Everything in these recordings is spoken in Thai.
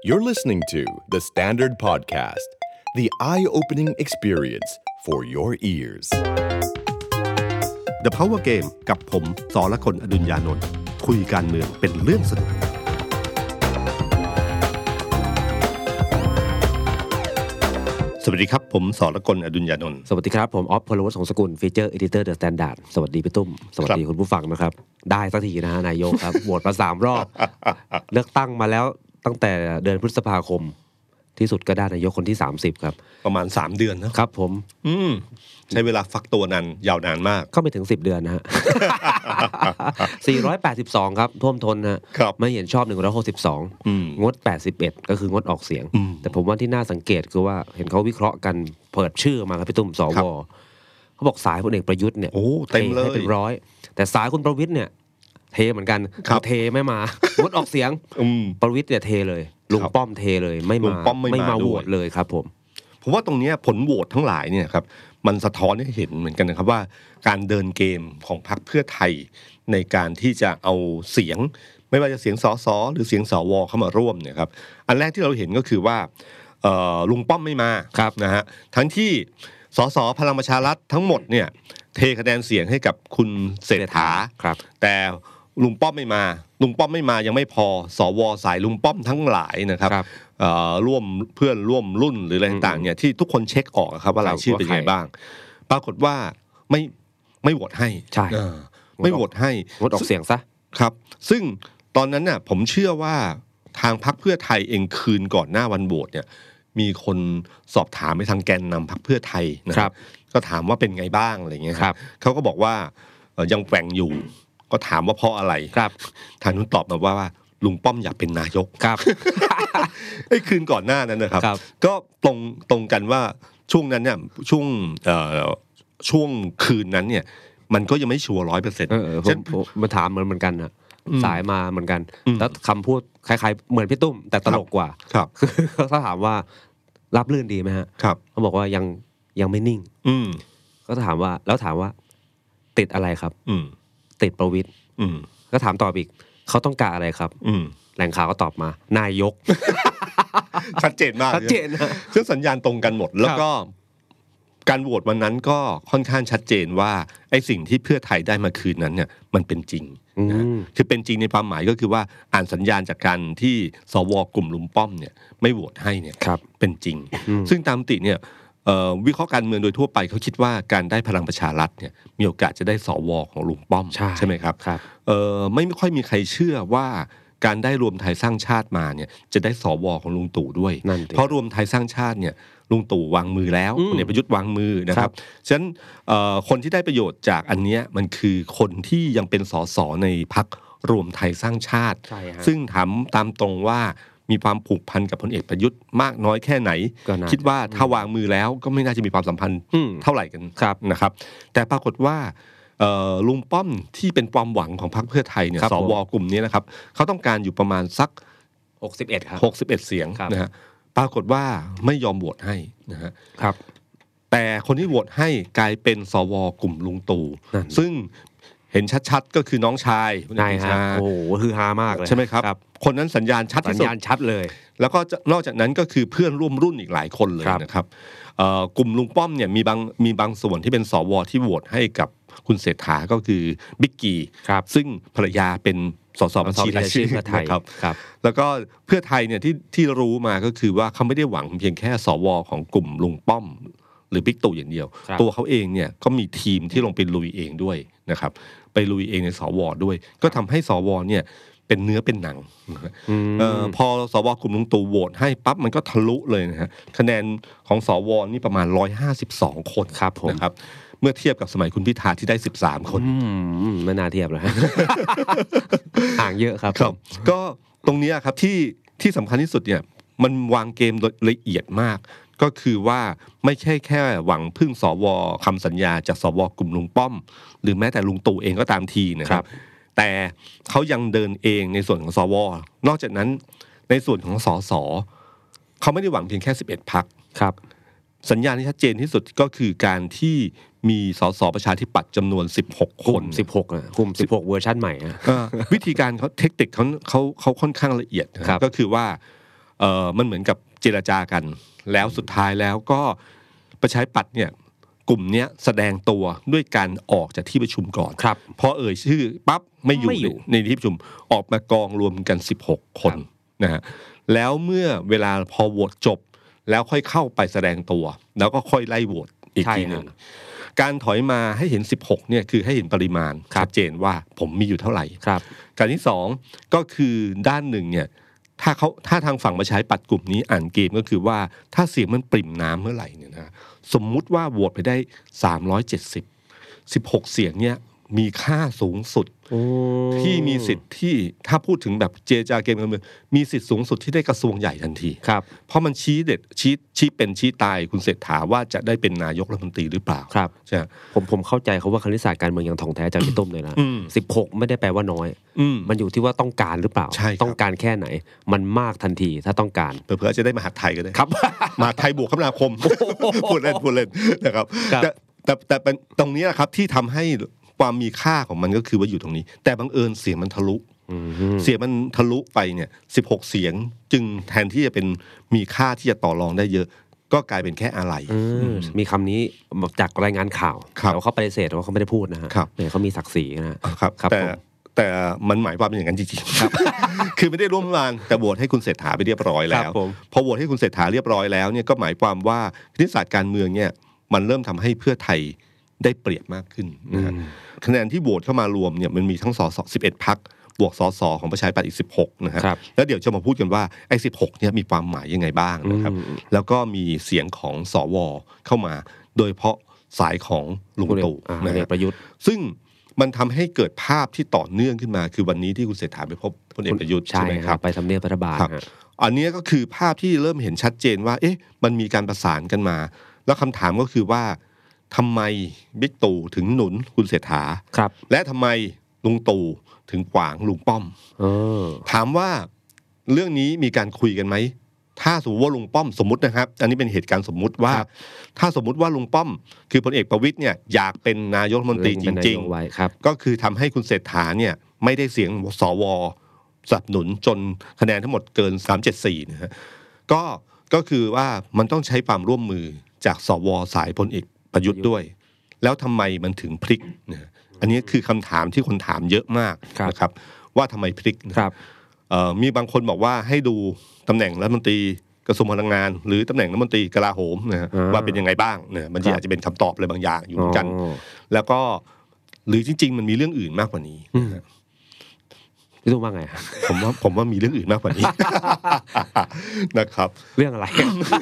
You're listening to The Standard Podcast, the eye-opening experience for your ears. The Power Game กับผมสรกล อดุลยานนท์คุยการเมืองเป็นเรื่องสนุกสวัสดีครับผมสรกล อดุลยานนท์สวัสดีครับผมออฟพลวัฒน์สงสกุลฟีเจอร์เอดิเตอร์เดอะสแตนดาร์ดสวัสดีพี่ตุ้มสวัสดีคุณผู้ฟังนะครับได้สักทีนะฮะนายกครับโหวตมา3รอบเลือกตั้งมาแล้วตั้งแต่เดือนพฤษภาคมที่สุดก็ได้นายกคนที่30ครับประมาณ3เดือนนะครับผมใช้เวลาฟักตัวนานยาวนานมากก็ไม่ถึง10เดือนนะฮะ482ครับท่วมท้นนะไม่เห็นชอบ162งด81ก็คืองดออกเสียงแต่ผมว่าที่น่าสังเกตคือว่าเห็นเขาวิเคราะห์กันเปิดชื่อมาครับพี่ตุ้มสวเขาบอกสายพลเอกประยุทธ์เนี่ยเต็มเลยให้เป็น100แต่สายคุณประวิตรเนี่ยเทเหมือนกันเทไม่มางดออกเสียงประวิตรเนี่ยเทเลยลุงป้อมเทเลยไม่มาโหวตเลยครับผมว่าตรงนี้ผลโหวตทั้งหลายเนี่ยครับมันสะท้อนให้เห็นเหมือนกันนะครับว่าการเดินเกมของพรรคเพื่อไทยในการที่จะเอาเสียงไม่ว่าจะเสียงสสหรือเสียงสวเข้ามาร่วมเนี่ยครับอันแรกที่เราเห็นก็คือว่าลุงป้อมไม่มานะฮะทั้งที่สสพลังประชารัฐทั้งหมดเนี่ยเทคะแนนเสียงให้กับคุณเศรษฐาแต่ลุงป้อมไม่มายังไม่พอสวสายลุงป้อมทั้งหลายนะครับร่วมเพื่อนร่วมรุ่นหรืออะไรต่างๆเนี่ยที่ทุกคนเช็คออกครับว่ารายชื่อเป็นไงบ้างปรากฏว่าไม่โหวตให้ใช่ไม่โหวตให้งดออกเสียงซะครับซึ่งตอนนั้นน่ะผมเชื่อว่าทางพรรคเพื่อไทยเองคืนก่อนหน้าวันโหวตเนี่ยมีคนสอบถามไปทางแกนนำพรรคเพื่อไทยนะครับก็ถามว่าเป็นไงบ้างอะไรเงี้ยครับเขาก็บอกว่ายังแกว่งอยู่ก็ถามว่าเพราะอะไรทางนู้นตอบมาว่าลุงป้อมอยากเป็นนายกครับไอ้คืนก่อนหน้านั้นนะครับก็ตรงกันว่าช่วงนั้นเนี่ยช่วงคืนนั้นเนี่ยมันก็ยังไม่ชัวร์ 100% ฉันมาถามเหมือนกันนะสายมาเหมือนกันแล้วคำพูดคล้ายๆเหมือนพี่ตุ้มแต่ตลกกว่าคือเขาถามว่ารับลื่นดีไหมฮะเขาบอกว่ายังไม่นิ่งก็ถามว่าติดอะไรครับติดประวิตรก็ถามต่ออีกเขาต้องการอะไรครับแหล่งข่าวก็ตอบมานายกชัดเจนมากชัดเจนนะซึ่งสัญญาณตรงกันหมดแล้วก็การโหวตวันนั้นก็ค่อนข้างชัดเจนว่าไอ้สิ่งที่เพื่อไทยได้มาคืนนั้นเนี่ยมันเป็นจริงนะคือเป็นจริงในความหมายก็คือว่าอ่านสัญญาณจากการที่สวกลุ่มลุงป้อมเนี่ยไม่โหวตให้เนี่ยเป็นจริงซึ่งตามมติเนี่ยวิเคราะห์การเมืองโดยทั่วไปเขาคิดว่าการได้พลังประชารัฐเนี่ยมีโอกาสจะได้สวของลุงป้อมใช่ไหมครับไม่ค่อยมีใครเชื่อว่าการได้รวมไทยสร้างชาติมาเนี่ยจะได้สวของลุงตู่ด้วยเพราะรวมไทยสร้างชาติเนี่ยลุงตู่วางมือแล้วพลเอกประยุทธ์วางมือนะครับฉะนั้นคนที่ได้ประโยชน์จากอันเนี้ยมันคือคนที่ยังเป็นสสในพรรครวมไทยสร้างชาติซึ่งถามตามตรงว่ามีความผูกพันกับพลเอกประยุทธ์มากน้อยแค่ไหนคิดว่าถ้าวางมือแล้วก็ไม่น่าจะมีความสัมพันธ์เท่าไหร่กันนะครับแต่ปรากฏว่าลุงป้อมที่เป็นความหวังของพรรคเพื่อไทยเนี่ยสวกลุ่มนี้นะครับเขาต้องการอยู่ประมาณสัก 61ครับ 61เสียงนะฮะปรากฏว่าไม่ยอมโหวตให้นะฮะแต่คนที่โหวตให้กลายเป็นสวกลุ่มลุงตู่ซึ่งเห็นชัดๆก็คือน้องชายนายฮะโอ้โหคือฮามากเลยใช่ไหมครับคนนั้นสัญญาณชัดที่สุดสัญญาณชัดเลยแล้วก็นอกจากนั้นก็คือเพื่อนร่วมรุ่นอีกหลายคนเลยนะครับกลุ่มลุงป้อมเนี่ยมีบางส่วนที่เป็นสวที่โหวตให้กับคุณเศรษฐาก็คือบิ๊กกี้ซึ่งภรรยาเป็นสสบัญชีรายชื่อนะครับแล้วก็เพื่อไทยเนี่ยที่รู้มาก็คือว่าเขาไม่ได้หวังเพียงแค่สวของกลุ่มลุงป้อมหรือบิ๊กตู่อย่างเดียวตัวเขาเองเนี่ยก็มีทีมที่ลงไปลุยเองด้วยนะครับไปลุยเองในสวด้วยก็ทำให้สวเนี่ยเป็นเนื้อเป็นหนังพอสวกลุ่มลุงตู่โหวตให้ปั๊บมันก็ทะลุเลยนะฮะคะแนนของสวนี่ประมาณ152คนนะครับเมื่อเทียบกับสมัยคุณพิธาที่ได้13คนไม่น่าเทียบเลยห่างเยอะครับก็ตรงนี้ครับที่สำคัญที่สุดเนี่ยมันวางเกมละเอียดมากก็คือว่าไม่ใช่แค่หวังพึ่งสวคำสัญญาจากสวกลุ่มลุงป้อมหรือแม้แต่ลุงตู่เองก็ตามทีนะครับแต่เขายังเดินเองในส่วนของสวนอกจากนั้นในส่วนของสสเขาไม่ได้หวังเพียงแค่11พรรคสัญญาณที่ชัดเจนที่สุดก็คือการที่มีสสประชาธิปัตย์จำนวน16คน 16คุม16เวอร์ชั่นใหม่วิธีการเขาเทคนิคเขาค่อนข้างละเอียดก็คือว่ามันเหมือนกับเจรจากันแล้วสุดท้ายแล้วก็ประชาธิปัตย์เนี่ยกลุ่มเนี้ยแสดงตัวด้วยการออกจากที่ประชุมก่อนพอชื่อปั๊บไม่อยู่ในที่ประชุมออกมากองรวมกัน16คนนะฮะแล้วเมื่อเวลาพอโหวตจบแล้วค่อยเข้าไปแสดงตัวแล้วก็ค่อยไล่โหวตอีกทีนึงการถอยมาให้เห็น16เนี่ยคือให้เห็นปริมาณชัดเจนว่าผมมีอยู่เท่าไหร่การที่2ก็คือด้านหนึ่งเนี่ยถ้าทางฝั่งประชาธิปัตย์กลุ่มนี้อ่านเกมก็คือว่าถ้าเสียงมันปริ่มน้ำเมื่อไหร่เนี่ยนะสมมุติว่าโหวตไปได้370 16เสียงเนี่ยมีค่าสูงสุดที่มีสิทธิ์ที่ถ้าพูดถึงแบบเจรจาเกมการเมืองมีสิทธิ์สูงสุดที่ได้กระทรวงใหญ่ทันทีเพราะมันชี้เด็ดชี้เป็นชี้ตายคุณเศรษฐาว่าจะได้เป็นนายกรัฐมนตรีหรือเปล่าใช่ผมเข้าใจเขาว่าคณิตศาสตร์การเมืองอย่างถ่องแท้จากพี่ตุ้มเลยนะ16ไม่ได้แปลว่าน้อยมันอยู่ที่ว่าต้องการหรือเปล่าต้องการแค่ไหนมันมากทันทีถ้าต้องการเผื่อจะได้มหาไทยก็ได้ครับมหาไทยบวกคมนาคมพูดเล่นนะครับแต่เป็นตรงนี้นะครับที่ทำให้ความมีค่าของมันก็คือว่าอยู่ตรงนี้แต่บังเอิญเสียงมันทะลุไปเนี่ย16เสียงจึงแทนที่จะเป็นมีค่าที่จะต่อรองได้เยอะก็กลายเป็นแค่อะไรมีคำนี้จากรายงานข่าวแต่เขาปฏิเสธว่าเขาไม่ได้พูดนะฮะเนี่ยเขามีศักดิ์ศรีนะครับแต่มันหมายความเป็นอย่างนั้นจริงๆคือไม่ได้ร่วมงานแต่โหวตให้คุณเศรษฐาไปเรียบร้อยแล้วพอโหวตให้คุณเศรษฐาเรียบร้อยแล้วเนี่ยก็หมายความว่าคณิตศาสตร์การเมืองเนี่ยมันเริ่มทำให้เพื่อไทยได้เปรียบมากขึ้นนะคะแนนที่โหวตเข้ามารวมเนี่ยมันมีทั้งสส11พรรคบวกสสของประชาธิปัตย์อีก16นะครับแล้วเดี๋ยวจะมาพูดกันว่าไอ้16เนี่ยมีความหมายยังไงบ้างนะครับแล้วก็มีเสียงของสวเข้ามาโดยเฉพาะสายของลุงตู่นะครับประยุทธ์ซึ่งมันทำให้เกิดภาพที่ต่อเนื่องขึ้นมาคือวันนี้ที่คุณเศรษฐาไปพบพลเอกประยุทธ์ใช่ไหมครับไปทำเนียบรัฐบาลอันนี้ก็คือภาพที่เริ่มเห็นชัดเจนว่าเอ๊ะมันมีการประสานกันมาแล้วคำถามก็คือว่าทำไมบิ๊กตู่ถึงหนุนคุณเศรษฐาและทำไมลุงตู่ถึงขวางลุงป้อมถามว่าเรื่องนี้มีการคุยกันไหมถ้าสมมติว่าลุงป้อมสมมตินะครับอันนี้เป็นเหตุการณ์สมมุติว่าถ้าสมมติว่าลุงป้อมคือพลเอกประวิตรเนี่ยอยากเป็นนายกรัฐมนตรีจริงๆก็คือทำให้คุณเศรษฐาเนี่ยไม่ได้เสียงสวสนับสนุนจนคะแนนทั้งหมดเกิน374นะฮะก็คือว่ามันต้องใช้ความร่วมมือจากสวสายพลเอกประยุทธ์ด้วยแล้วทำไมมันถึงพลิกนะอันนี้คือคำถามที่คนถามเยอะมากนะครับว่าทำไมพลิกมีบางคนบอกว่าให้ดูตำแหน่งรัฐมนตรีกระทรวงพลังงานหรือตำแหน่งรัฐมนตรีกลาโหมนะว่าเป็นยังไงบ้างเนี่ยมันอาจจะเป็นคำตอบอะไรบางอย่างอยู่เหมือนกันแล้วก็หรือจริงๆมันมีเรื่องอื่นมากกว่านี้พี่ตุ้มว่าไงผมว่ามีเรื่องอื่นมากกว่านี้นะครับเรื่องอะไร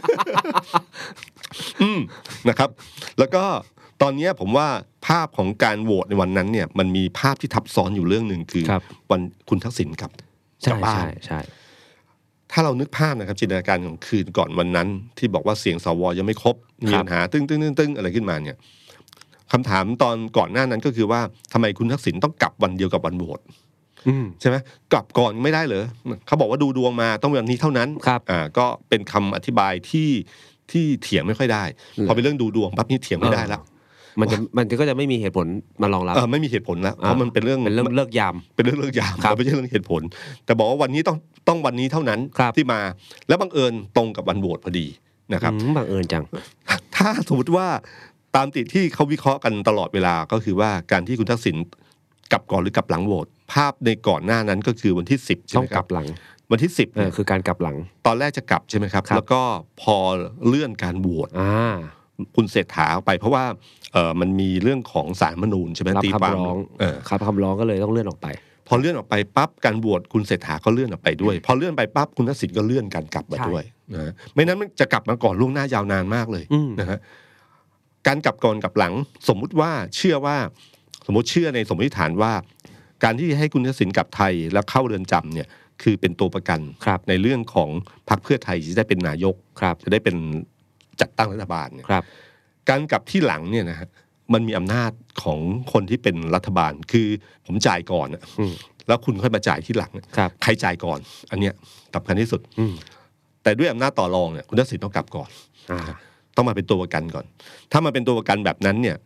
นะครับแล้วก็ตอนนี้ผมว่าภาพของการโหวตในวันนั้นเนี่ยมันมีภาพที่ทับซ้อนอยู่เรื่องหนึ่งคือวันคุณทักษิณกลับบ้านใช่ถ้าเรานึกภาพนะครับจินตนาการของคืนก่อนวันนั้นที่บอกว่าเสียงสวยังไม่ครบมีปัญหาตึ้งอะไรขึ้นมาเนี่ยคำถามตอนก่อนหน้านั้นก็คือว่าทำไมคุณทักษิณต้องกลับวันเดียวกับวันโหวตใช่ไหมกลับก่อนไม่ได้เหรอเขาบอกว่าดูดวงมาต้องวันนี้เท่านั้นก็เป็นคำอธิบายที่เถียงไม่ค่อยได้พอเป็นเรื่องดูดวงปั๊บนี่เถียงไม่ได้แล้วมันก็จะไม่มีเหตุผลมารองรับไม่มีเหตุผลแล้วเพราะมันเป็นเรื่องเลิกยามเป็นเรื่องเลิกยามไม่ใช่เรื่องเหตุผลแต่บอกว่าวันนี้ต้องวันนี้เท่านั้นที่มาแล้วบังเอิญตรงกับวันโหวตพอดีนะครับบังเอิญจังถ้าสมมติว่าตามติดที่เขาวิเคราะห์กันตลอดเวลาก็คือว่าการที่คุณทักษิณกลับก่อนหรือกลับหลังโหวตภาพในก่อนหน้านั้นก็คือวันที่10ใช่ไหมครับต้องกลับหลังวันที่10 คือการกลับหลังตอนแรกจะกลับใช่ไหมครับแล้วก็พอเลื่อนการโหวตคุณเศรษฐาไปเพราะว่ามันมีเรื่องของศาลรัฐธรรมนูญใช่ไหมตีความครับคำร้องก็เลยต้องเลื่อนออกไปพอเลื่อนออกไปปั๊บการโหวตคุณเศรษฐาก็เลื่อนออกไปด้วยพอเลื่อนไปปั๊บคุณทักษิณก็เลื่อนการกลับมาด้วยนะไม่นั้นมันจะกลับมาก่อนล่วงหน้ายาวนานมากเลยนะฮะการกลับก่อนกลับหลังสมมุติเชื่อในสมมติฐานว่าการที่ให้คุณทักษิณกลับไทยแล้วเข้าเรือนจำเนี่ยคือเป็นตัวประกันในเรื่องของพรรคเพื่อไทยจะได้เป็นนายกจะได้เป็นจัดตั้งรัฐบาลเนี่ยการกลับที่หลังเนี่ยนะฮะมันมีอำนาจของคนที่เป็นรัฐบาลคือผมจ่ายก่อนแล้วคุณค่อยมาจ่ายที่หลังใครจ่ายก่อนอันเนี้ยสำคัญที่สุดแต่ด้วยอำนาจต่อรองเนี่ยคุณทักษิณต้องกลับก่อนต้องมาเป็นตัวประกันก่อนถ้ามาเป็นตัวประกันแบบนั้นเนี่ย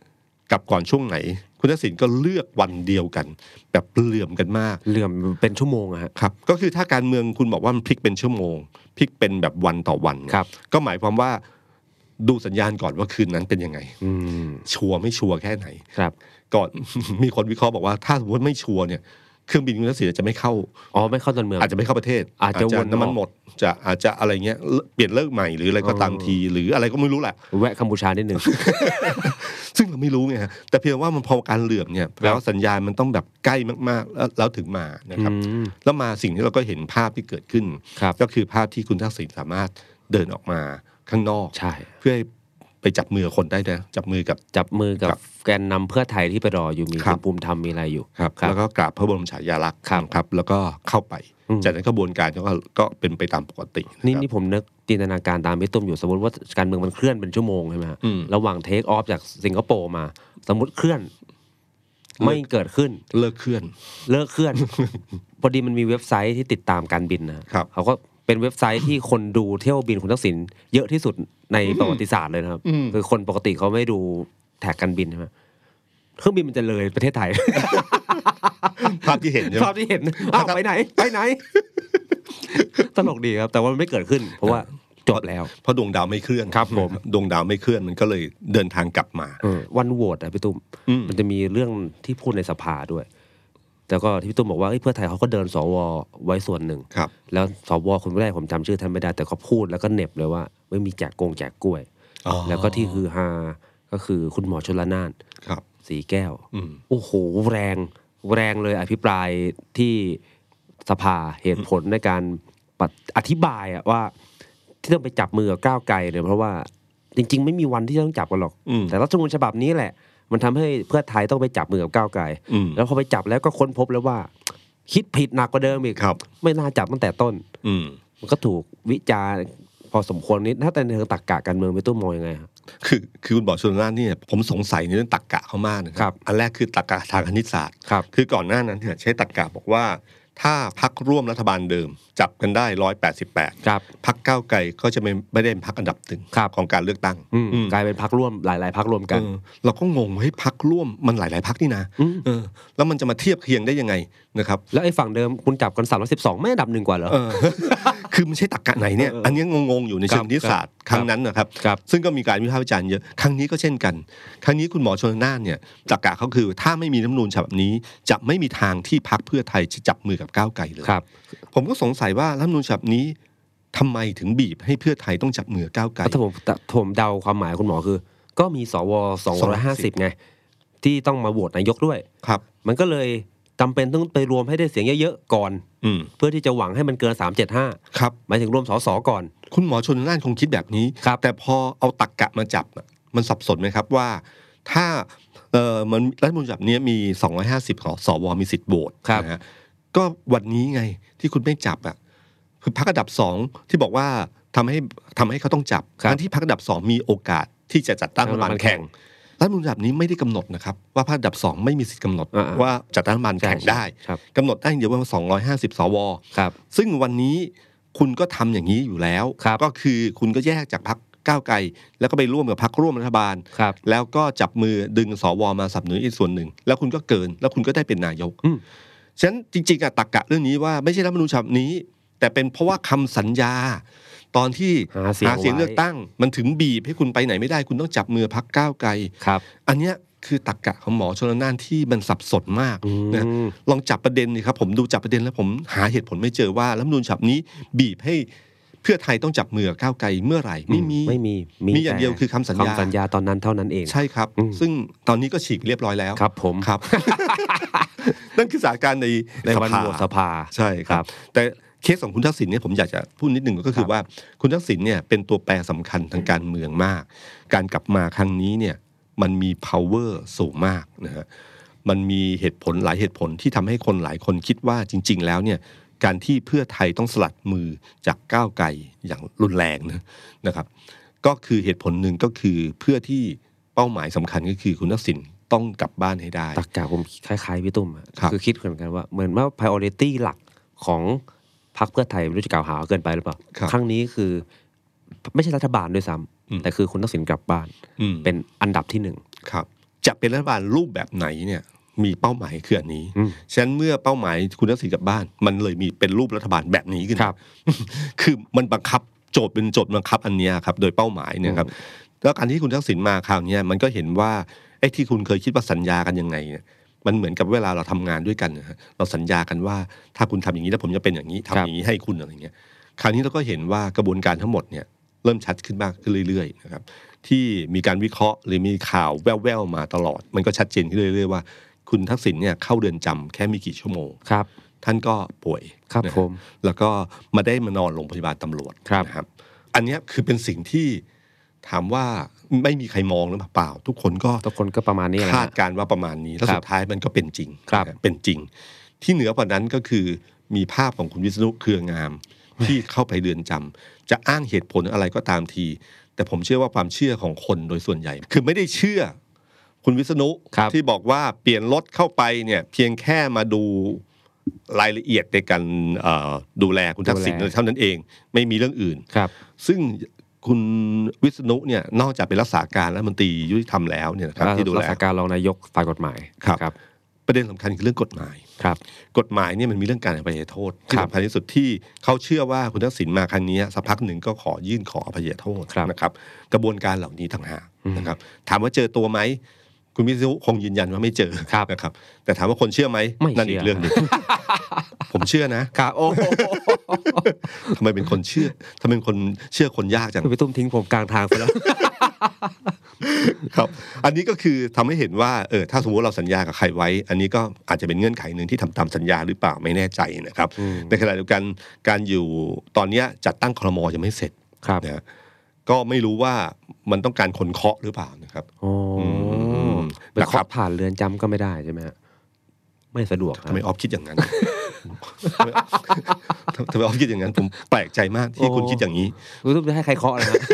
กลับก่อนช่วงไหนคุณทักษิณก็เลือกวันเดียวกันแบบเหลื่อมกันมากเหลื่อมเป็นชั่วโมงอะครับก็คือถ้าการเมืองคุณบอกว่ามันพลิกเป็นชั่วโมงพลิกเป็นแบบวันต่อวันก็หมายความว่าดูสัญญาณก่อนว่าคืนนั้นเป็นยังไงชัวร์ไม่ชัวร์แค่ไหนก่อนมีคนวิเคราะห์บอกว่าถ้าสมมติไม่ชัวร์เนี่ยเครื่องบินคุณทักษิณจะไม่เข้าไม่เข้าดอนเมืองอาจจะไม่เข้าประเทศอาจจะน้ำมันหมดอาจจะอะไรเงี้ยเปลี่ยนเลิกใหม่หรืออะไรก็ตามทีหรืออะไรก็ไม่รู้แหละแวะกัมพูชานิดนึงซึ่งเราไม่รู้ไงฮะแต่เพียงว่ามันพอการเหลื่อมเนี่ยแล้วสัญญาณมันต้องแบบใกล้มากๆแล้วถึงมานะครับแล้วมาสิ่งที่เราก็เห็นภาพที่เกิดขึ้นก็คือภาพที่คุณทักษิณสามารถเดินออกมาข้างนอกเพื่อไปจับมือคนได้นะจับมือกับแกนนำเพื่อไทยที่ไปรออยู่มีคุณภูมิธรรมมีอะไรอยู่แล้วก็กราบพระบรมฉายาลักษณ์ครับแล้วก็เข้าไปจากนั้นกระบวนการก็เป็นไปตามปกตินี่ผมนึกจินตนาการตามพี่ตุ้มอยู่สมมติว่าการเมืองมันเคลื่อนเป็นชั่วโมงใช่ไหมระหว่างเทคออฟจากสิงคโปร์มาสมมติเคลื่อนไม่เกิดขึ้นเลิกเคลื่อนพอดีมันมีเว็บไซต์ที่ติดตามการบินนะครับเขาก็เป็นเว็บไซต์ที่คนดูเที่ยวบินคุณทักษิณเยอะที่สุดในประวัติศาสตร์เลยนะครับคือคนปกติเขาไม่ดูแท็กการบินใช่ไหมเครื่องบินมันจะเลยประเทศไทยภาพที่เห็นไปไหนตลกดีครับแต่ว่ามันไม่เกิดขึ้นเพราะว่าจบแล้วเพราะดวงดาวไม่เคลื่อนครับผมดวงดาวไม่เคลื่อนมันก็เลยเดินทางกลับมาวันโหวตพี่ตุ้มมันจะมีเรื่องที่พูดในสภาด้วยแล้วก็ที่พี่ตุ้มบอกว่าเพื่อไทยเขาก็เดินสวไว้ส่วนหนึ่งแล้วสวคนแรกผมจำชื่อท่านไม่ได้แต่เขาพูดแล้วก็เน็บเลยว่าไม่มีแจกกล้วยแล้วก็ที่คือฮาก็คือคุณหมอชลน่านสีแก้วโอ้โหแรงเลยอภิปรายที่สภาเหตุผลในการอธิบายว่าที่ต้องไปจับมือกับก้าวไกลเนี่ยเพราะว่าจริงๆไม่มีวันที่ต้องจับกันหรอกแต่รัฐธรรมนูญฉบับนี้แหละมันทำให้เพื่อไทยต้องไปจับมือกับก้าวไกลแล้วพอไปจับแล้วก็ค้นพบแล้วว่าคิดผิดหนักกว่าเดิมอีกไม่น่าจับตั้งแต่ต้นมันก็ถูกวิจารณ์พอสมควรนิดถ้าแต่ในทางตรรกะการเมืองไม่ต้องมองยังไงครับคือคุณบอกชลน่านนี่ผมสงสัยในเรื่องตรรกะเขามากนะครับอันแรกคือตรรกะทางคณิตศาสตร์คือก่อนหน้านั้นเนี่ยใช้ตรรกะบอกว่าถ้าพรรคร่วมรัฐบาลเดิมจับกันได้188พรรคก้าวไกลก็จะไม่ได้เป็นพรรคอันดับหนึ่งของการเลือกตั้งกลายเป็นพรรคร่วมหลายๆพรรครวมกันเราก็งงว่าพรรคร่วมมันหลายๆพรรคนี่นะแล้วมันจะมาเทียบเคียงได้ยังไงนะครับแล้วไอ้ฝั่งเดิมคุณจับกัน312ไม่อันดับหนึ่งกว่าเหรอคือมันใช่ตรรกะไหนเนี่ยอันนี้งงๆอยู่ในเชิงคณิตศาสตร์ครั้งนั้นนะครับซึ่งก็มีการวิพากษ์วิจารณ์เยอะครั้งนี้ก็เช่นกันครั้งนี้คุณหมอชลน่านเนี่ยตรรกะเขาคือถ้าไม่มีรัฐธรรมนูญฉบับนี้จะไม่มีทางที่พรรคเพื่อไทยจะจับมือกับก้าวไกลเลยผมก็สงสัยว่ารัฐธรรมนูญฉบับนี้ทำไมถึงบีบให้เพื่อไทยต้องจับมือก้าวไกลถ้าผมเดาความหมายคุณหมอคือก็มีสว250ไงที่ต้องมาโหวตนายกด้วยมันก็เลยจำเป็นต้องไปรวมให้ได้เสียงเยอะๆก่อนเพื่อที่จะหวังให้มันเกิน375 ครับหมายถึงรวมสสก่อนคุณหมอชลน่านคงคิดแบบนี้แต่พอเอาตรรกะมาจับมันสับสนไหมครับว่าถ้ามันรัฐธรรมนูญฉบับนี้มี250ของสวมีสิทธิ์โหวตนะฮะก็วันนี้ไงที่คุณไม่จับคือพรรคอันดับ2ที่บอกว่าทำให้เขาต้องจับทั้งที่พรรคอันดับ2มีโอกาสที่จะจัดตั้งรัฐบาลแข่งรัฐธรรมนูญฉบับนี้ไม่ได้กำหนดนะครับว่าพรรคอันดับ2ไม่มีสิทธิ์กำหนดว่าจัดตั้งรัฐบาลแข่งได้กำหนดได้เดียวว่า250สวซึ่งวันนี้คุณก็ทำอย่างนี้อยู่แล้วก็คือคุณก็แยกจากพรรคก้าวไกลแล้วก็ไปร่วมกับพรรคร่วมรัฐบาลแล้วก็จับมือดึงสวมาสนับสนุนอีกส่วนหนึ่งแล้วคุณก็เกินแล้วคุณก็ได้เป็นนายกฉะนั้นจริงๆตรรกะเรื่องนี้ว่าไม่ใช่รัฐธรรมนูญฉบับนี้แต่เป็นเพราะว่าคำสัญญาตอนที่หาเสียงเลือกตั้งมันถึงบีบให้คุณไปไหนไม่ได้คุณต้องจับมือพรรคก้าวไกลอันเนี้ยคือตรรกะของหมอชลน่านที่มันสับสนมากนะลองจับประเด็นนี่ครับผมดูจับประเด็นแล้วผมหาเหตุผลไม่เจอว่ารัฐธรรมนูญฉบับนี้บีบให้เพื่อไทยต้องจับมือกับก้าวไกลเมื่อไหร่ไม่มีอย่างเดียวคือคำสัญญาตอนนั้นเท่านั้นเองใช่ครับซึ่งตอนนี้ก็ฉีกเรียบร้อยแล้วครับผมครับ นั่นคือสถานการณ์ในสภาใช่ครับแต่เคสของคุณทักษิณเนี่ยผมอยากจะพูดนิดนึงก็คือว่าคุณทักษิณเนี่ยเป็นตัวแปรสำคัญทางการเมืองมากการกลับมาครั้งนี้เนี่ยมันมี power สูงมากนะฮะมันมีเหตุผลหลายเหตุผลที่ทำให้คนหลายคนคิดว่าจริงๆแล้วเนี่ยการที่เพื่อไทยต้องสลัดมือจากก้าวไกลอย่างรุนแรงนะครับก็คือเหตุผลหนึ่งก็คือเพื่อที่เป้าหมายสำคัญก็คือคุณทักษิณต้องกลับบ้านให้ได้ตรรกะผมคล้ายๆพี่ตุ้มคือคิดเหมือนกันว่าเหมือนว่า priority หลักของพรรคเพื่อไทยไม่รู้จะกล่าวหาเกินไปหรือเปล่าครั้งนี้คือไม่ใช่รัฐบาลด้วยซ้ำแต่คือคุณทักษิณกลับบ้านเป็นอันดับที่1 ครับจะเป็นรัฐบาลรูปแบบไหนเนี่ยมีเป้าหมายคืออันนี้ฉะนั้นเมื่อเป้าหมายคุณทักษิณกลับบ้านมันเลยมีเป็นรูปรัฐบาลแบบนี้ขึ้นคือมันบังคับโจทย์เป็นโจทย์บังคับอันนี้ครับโดยเป้าหมายเนี่ยครับแล้วการที่คุณทักษิณมาคราวนี้มันก็เห็นว่าไอ้ที่คุณเคยคิดว่าสัญญากันยังไงเนี่ยมันเหมือนกับเวลาเราทำงานด้วยกันนะฮะเราสัญญากันว่าถ้าคุณทำอย่างนี้แล้วผมจะเป็นอย่างนี้ทำอย่างนี้ให้คุณอะไรเงี้ยคราวนี้เราก็เห็นว่ากระบวนการทั้งหมดเนี่ยเริ่มชัดขึ้นมากขึ้นเรื่อยๆนะครับที่มีการวิเคราะห์หรือมีข่าวแว่วๆมาตลอดมันก็ชัดเจนขึ้นเรื่อยๆว่าคุณทักษิณเนี่ยเข้าเรือนจำแค่ไม่กี่ชั่วโมงครับท่านก็ป่วยครับผมแล้วก็มาได้มานอนโรงพยาบาลตำรวจนะครับอันนี้คือเป็นสิ่งที่ถามว่าไม่มีใครมองหรือเปล่าทุกคนก็ประมาณนี้คาดการณ์ว่าประมาณนี้แล้วสุดท้ายมันก็เป็นจริงเป็นจริงที่เหนือกว่านั้นก็คือมีภาพของคุณวิษณุเครืองามที่เข้าไปเรือนจำจะอ้างเหตุผลอะไรก็ตามทีแต่ผมเชื่อว่าความเชื่อของคนโดยส่วนใหญ่คือไม่ได้เชื่อคุณวิษณุที่บอกว่าเปลี่ยนรถเข้าไปเนี่ยเพียงแค่มาดูรายละเอียดในการดูแลคุณทักษิณเท่านั้นเองไม่มีเรื่องอื่นซึ่งคุณวิษณุเนี่ยนอกจากเป็นรักษาการรัฐมนตรียุติธรรมแล้วเนี่ยนะครับที่ดูแลรักษาการรองนายกฝ่ายกฎหมายครับประเด็นสำคัญคือเรื่องกฎหมายกฎหมายเนี่ยมันมีเรื่องการอภัยโทษที่สำคัญที่สุดที่เขาเชื่อว่าคุณทักษิณมาครั้งนี้สักพักหนึ่งก็ยื่นขออภัยโทษนะครับกระบวนการเหล่านี้ต่างหากนะครับถามว่าเจอตัวไหมคุณวิษณุคงยืนยันว่าไม่เจอนะครับแต่ถามว่าคนเชื่อไหมนั่นอีกเรื่องนึงผมเชื่อนะครับโอ้ทำไมเป็นคนเชื่อทำไมเป็นคนเชื่อคนยากจังพี่ตุ้มทิ้งผมกลางทางไปแล้วครับอันนี้ก็คือทำให้เห็นว่าถ้าสมมติเราสัญญากับใครไว้อันนี้ก็อาจจะเป็นเงื่อนไขนึงที่ทำตามสัญญาหรือเปล่าไม่แน่ใจนะครับในขณะเดียวกันการอยู่ตอนนี้จัดตั้งครม.ยังไม่เสร็จนะก็ไม่รู้ว่ามันต้องการคนเคาะหรือเปล่านะครับไปเคาะผ่านเรือนจำก็ไม่ได้ใช่ไหมฮะไม่สะดวกทำไมออฟคิดอย่างนั้นทำไมออฟคิดอย่างนั้นผมแปลกใจมากที่คุณคิดอย่างนี้รู้สึกจะให้ใครเคาะ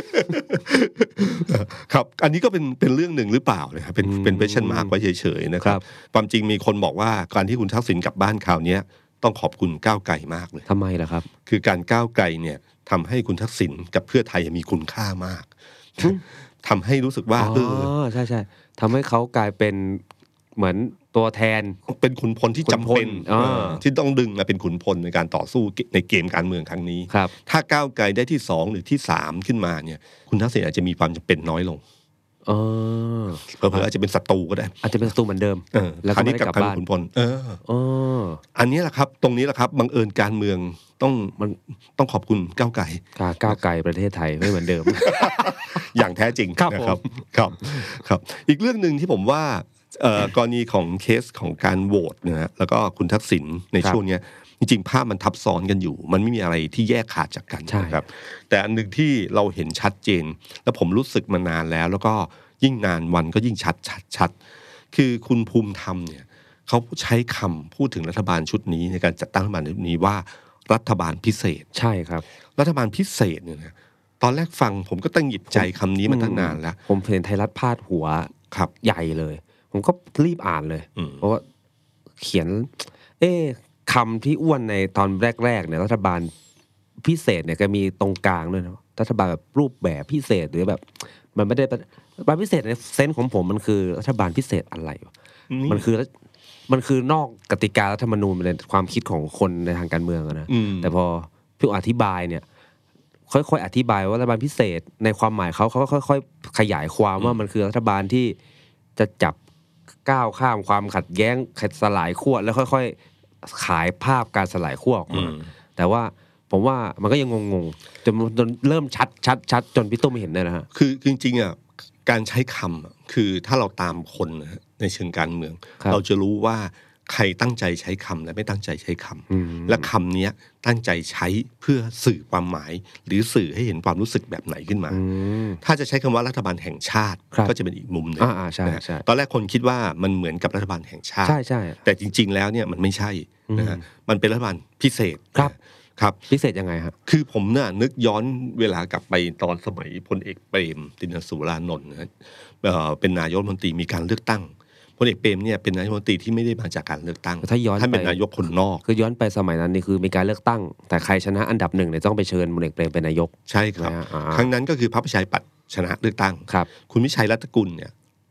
นะครับอันนี้ก็เป็นเรื่องหนึ่งหรือเปล่านะครับเป็น question mark ไว้เฉยๆนะครับความจริงมีคนบอกว่าการที่คุณทักษิณกลับบ้านคราวนี้ต้องขอบคุณก้าวไกลมากเลยทำไมล่ะครับคือการก้าวไกลเนี่ยทำให้คุณทักษิณกับเพื่อไทยมีคุณค่ามากทำให้รู้สึกว่าใช่ๆทำให้เขากลายเป็นเหมือนตัวแทนเป็นขุนพลที่จำเป็นที่ต้องดึงมาเป็นขุนพลในการต่อสู้ในเกมการเมืองครั้งนี้ถ้าก้าวไกลได้ที่2หรือที่3ขึ้นมาเนี่ยคุณทักษิณอาจจะมีความจำเป็นน้อยลงเผื่ออาจจะเป็นศัตรูก็ได้อาจจะเป็นศัตรูเหมือนเดิมแล้วก็ไม่ได้กลับบ้านขุนพลอันนี้แหละครับตรงนี้แหละครับบังเอิญการเมืองต้องขอบคุณก้าวไกลประเทศไทยไม่เหมือนเดิมอย่างแท้จริงนะครับครับอีกเรื่องนึงที่ผมว่ากรณีของเคสของการโหวตนะฮะแล้วก็คุณทักษิณในช่วงนี้จริงๆภาพมันทับซ้อนกันอยู่มันไม่มีอะไรที่แยกขาดจากกันนะครับแต่อันนึงที่เราเห็นชัดเจนแล้วผมรู้สึกมานานแล้วก็ยิ่งนานวันก็ยิ่งชัดคือคุณภูมิธรรมเนี่ยเขาใช้คำพูดถึงรัฐบาลชุดนี้ในการจัดตั้งรัฐบาลชุดนี้ว่ารัฐบาลพิเศษใช่ครับรัฐบาลพิเศษเนี่ยนะตอนแรกฟังผมก็ตั้งหยิบใจคำนี้มาตั้งนานแล้วผมเห็นไทยรัฐพาดหัวใหญ่เลยผมก็รีบอ่านเลยเพราะว่าเขียนคำที่อ้วนในตอนแรกๆเนี่ยรัฐบาลพิเศษเนี่ยก็มีตรงกลางด้วยนะรัฐบาลแบบรูปแบบพิเศษหรือแบบมันไม่ได้รัฐบาลพิเศษในเซนส์ของผมมันคือรัฐบาลพิเศษอะไรมันคือนอกกติการัฐธรรมนูญในความคิดของคนในทางการเมืองนะแต่พอพี่อธิบายเนี่ยค่อยๆอธิบายว่ารัฐบาลพิเศษในความหมายเขาก็ค่อยๆขยายความว่ามันคือรัฐบาลที่จะจับก้าวข้ามความขัดแย้งสลายขั้วแล้วค่อยๆขายภาพการสลายขั้วออกมาแต่ว่าผมว่ามันก็ยังงงๆจนเริ่มชัดจนพี่ตุ้มเห็นเลยนะฮะคือจริงๆอ่ะการใช้คำคือถ้าเราตามคนในเชิงการเมืองเราจะรู้ว่าใครตั้งใจใช้คำและไม่ตั้งใจใช้คำและคำนี้ตั้งใจใช้เพื่อสื่อความหมายหรือสื่อให้เห็นความรู้สึกแบบไหนขึ้นมาถ้าจะใช้คำว่ารัฐบาลแห่งชาติก็จะเป็นอีกมุมนึงตอนแรกคนคิดว่ามันเหมือนกับรัฐบาลแห่งชาติแต่จริงๆแล้วเนี่ยมันไม่ใช่นะฮะมันเป็นรัฐบาลพิเศษครับพิเศษยังไงครับคือผมเนี่ยนึกย้อนเวลากลับไปตอนสมัยพลเอกเปรมติณสูรานนท์นะเป็นนายกรัฐมนตรีมีการเลือกตั้งพลเอกเปรมเนี่ยเป็นนายกรัฐมนตรีที่ไม่ได้มาจากการเลือกตั้งท่านเป็นนายกคนนอกคือย้อนไปสมัยนั้นนี่คือมีการเลือกตั้งแต่ใครชนะอันดับ1เนี่ยต้องไปเชิญพลเอกเปรมเป็นนายกใช่ครับครั้งนั้นก็คือพรรคประชาธิปัตย์ชนะเลือกตั้งคุณวิชัยรัตนกุลเนี่ย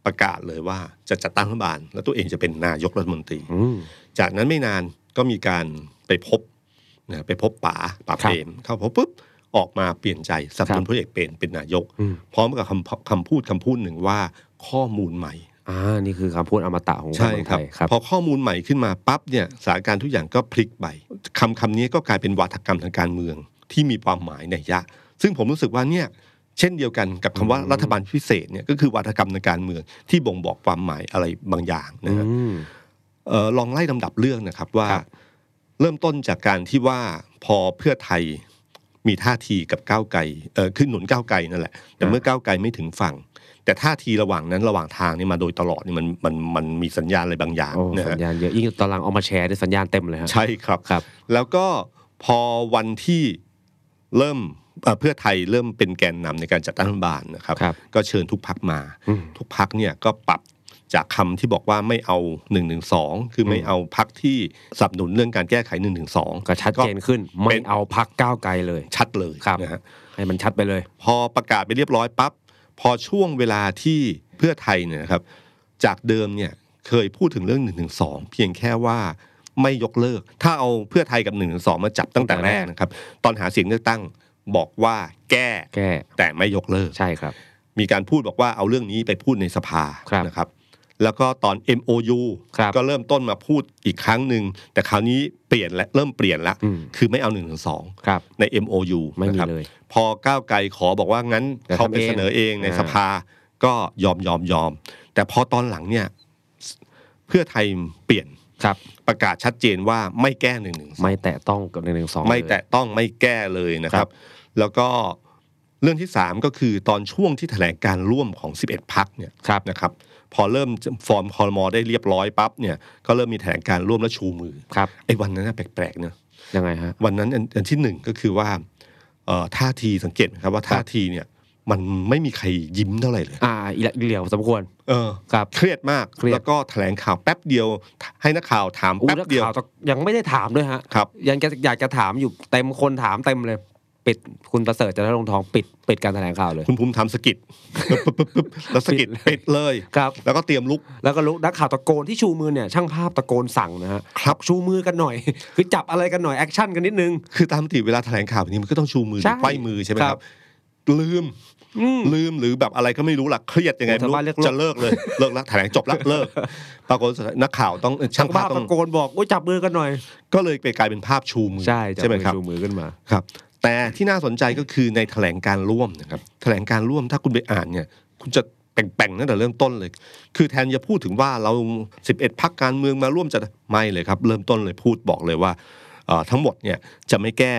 ประกาศเลยว่าจะจัดตั้งรัฐบาลแล้วตัวเองจะเป็นนายกรัฐมนตรีจากนั้นไม่นานก็มีการไปพบป๋าเปรมเข้าพบปุ๊บออกมาเปลี่ยนใจสนับสนุนพลเอกเปรมเป็นนายกพร้อมกับคำพูดหนึ่งว่าข้อมูลใหม่นี่คือคำพูดอมตะของการเมืองไทยพอข้อมูลใหม่ขึ้นมาปั๊บเนี่ยสถานการณ์ทุกอย่างก็พลิกไปคำนี้ก็กลายเป็นวาทกรรมทางการเมืองที่มีความหมายนัยยะซึ่งผมรู้สึกว่าเนี่ยเช่นเดียวกันกับคำว่ารัฐบาลพิเศษเนี่ยก็คือวาทกรรมทางการเมืองที่บ่งบอกความหมายอะไรบางอย่างนะครับลองไล่ลำดับเรื่องนะครับว่าเริ่มต้นจากการที่ว่าพอเพื่อไทยมีท่าทีกับก้าวไกลขึ้นหนุนก้าวไกลนั่นแหละแต่เมื่อก้าวไกลไม่ถึงฝั่งแต่ท่าทีระหว่างทางนี่มาโดยตลอดนี่มันมีสัญญาณอะไรบางอย่างนะสัญญาณเยอะยิ่งตอนหลังเอามาแชร์ด้วยสัญญาณเต็มเลยใช่ครับแล้วก็พอวันที่เริ่มเพื่อไทยเริ่มเป็นแกนนำในการจัดตั้งรัฐบาลนะครับก็เชิญทุกพรรคมาทุกพรรคเนี่ยก็ปรับจากคำที่บอกว่าไม่เอา112คือไม่เอาพรรคที่สนับสนุนเรื่องการแก้ไข112 ก็ชัดเจนขึ้นไม่เอาพรรคก้าวไกลเลยชัดเลยนะฮะให้มันชัดไปเลยพอประกาศไปเรียบร้อยปั๊บพอช่วงเวลาที่เพื่อไทยเนี่ยครับจากเดิมเนี่ยเคยพูดถึงเรื่อง112เพียงแค่ว่าไม่ยกเลิกถ้าเอาเพื่อไทยกับ112มาจับตั้งแต่แรกนะครับตอนหาเสียงเลือกตั้งบอกว่าแก้แต่ไม่ยกเลิกใช่ครับมีการพูดบอกว่าเอาเรื่องนี้ไปพูดในสภานะครับแล้วก็ตอน MOU ก็เริ่มต้นมาพูดอีกครั้งหนึ่งแต่คราวนี้เริ่มเปลี่ยนแล้วคือไม่เอา112ใน MOU นะครับพอก้าวไกลขอบอกว่างั้นเขาไปเสนอเองในสภาก็ยอมแต่พอตอนหลังเนี่ยเพื่อไทยเปลี่ยนประกาศชัดเจนว่าไม่แก้112 ไม่แตะต้องกับ112 ไม่แตะต้องไม่แก้เลยนะครับแล้วก็เรื่องที่3ก็คือตอนช่วงที่แถลงการร่วมของ11พรรคเนี่ยนะครับพอเริ่มฟอร์มครม.ได้เรียบร้อยปั๊บเนี่ยก็เริ่มมีแถลงการร่วมและชูมือไอ้วันนั้นน่ะแปลกๆเนอะยังไงฮะวันนั้นอันที่1ก็คือว่าท่าทีสังเกตไหมครับว่าท่าทีเนี่ยมันไม่มีใครยิ้มเท่าไหร่เลยเหลียวสมควรครับเครียดมากแล้วก็แถลงข่าวแป๊บเดียวให้นักข่าวถามแป๊บเดียวยังไม่ได้ถามด้วยฮะยังอยากจะถามอยู่เต็มคนถามเต็มเลยปิดคุณประเสริฐจันทร์ลงทองปิดการแถลงข่าวเลยคุณภูมิธรรมสกิดแล้วสกิดปิดเลยครับแล้วก็เตรียมลุกนักข่าวตะโกนที่ชูมือเนี่ยช่างภาพตะโกนสั่งนะฮะครับชูมือกันหน่อยคือจับอะไรกันหน่อยแอคชั่นกันนิดนึงคือตามปกติเวลาแถลงข่าวนี้มันก็ต้องชูมือไขว้มือใช่ไหมครับลืมหรือแบบอะไรก็ไม่รู้หลักเครียดยังไงไม่รู้จะเลิกเลยเลิกแล้วแถลงจบแล้วเลิกปรากฏนักข่าวต้องช่างภาพตะโกนบอกจับมือกันหน่อยก็เลยไปกลายเป็นภาพชูมือใช่ไหมครับชูมือขึ้นมาครับแต่ที่น่าสนใจก็คือในแถลงการร่วมนะครับแถลงการร่วมถ้าคุณไปอ่านเนี่ยคุณจะแป่งๆตั้งแต่เริ่มต้นเลยคือแทนจะพูดถึงว่าเรา11พรรคการเมืองมาร่วมจะไม่เลยครับเริ่มต้นเลยพูดบอกเลยว่าทั้งหมดเนี่ยจะไม่แก้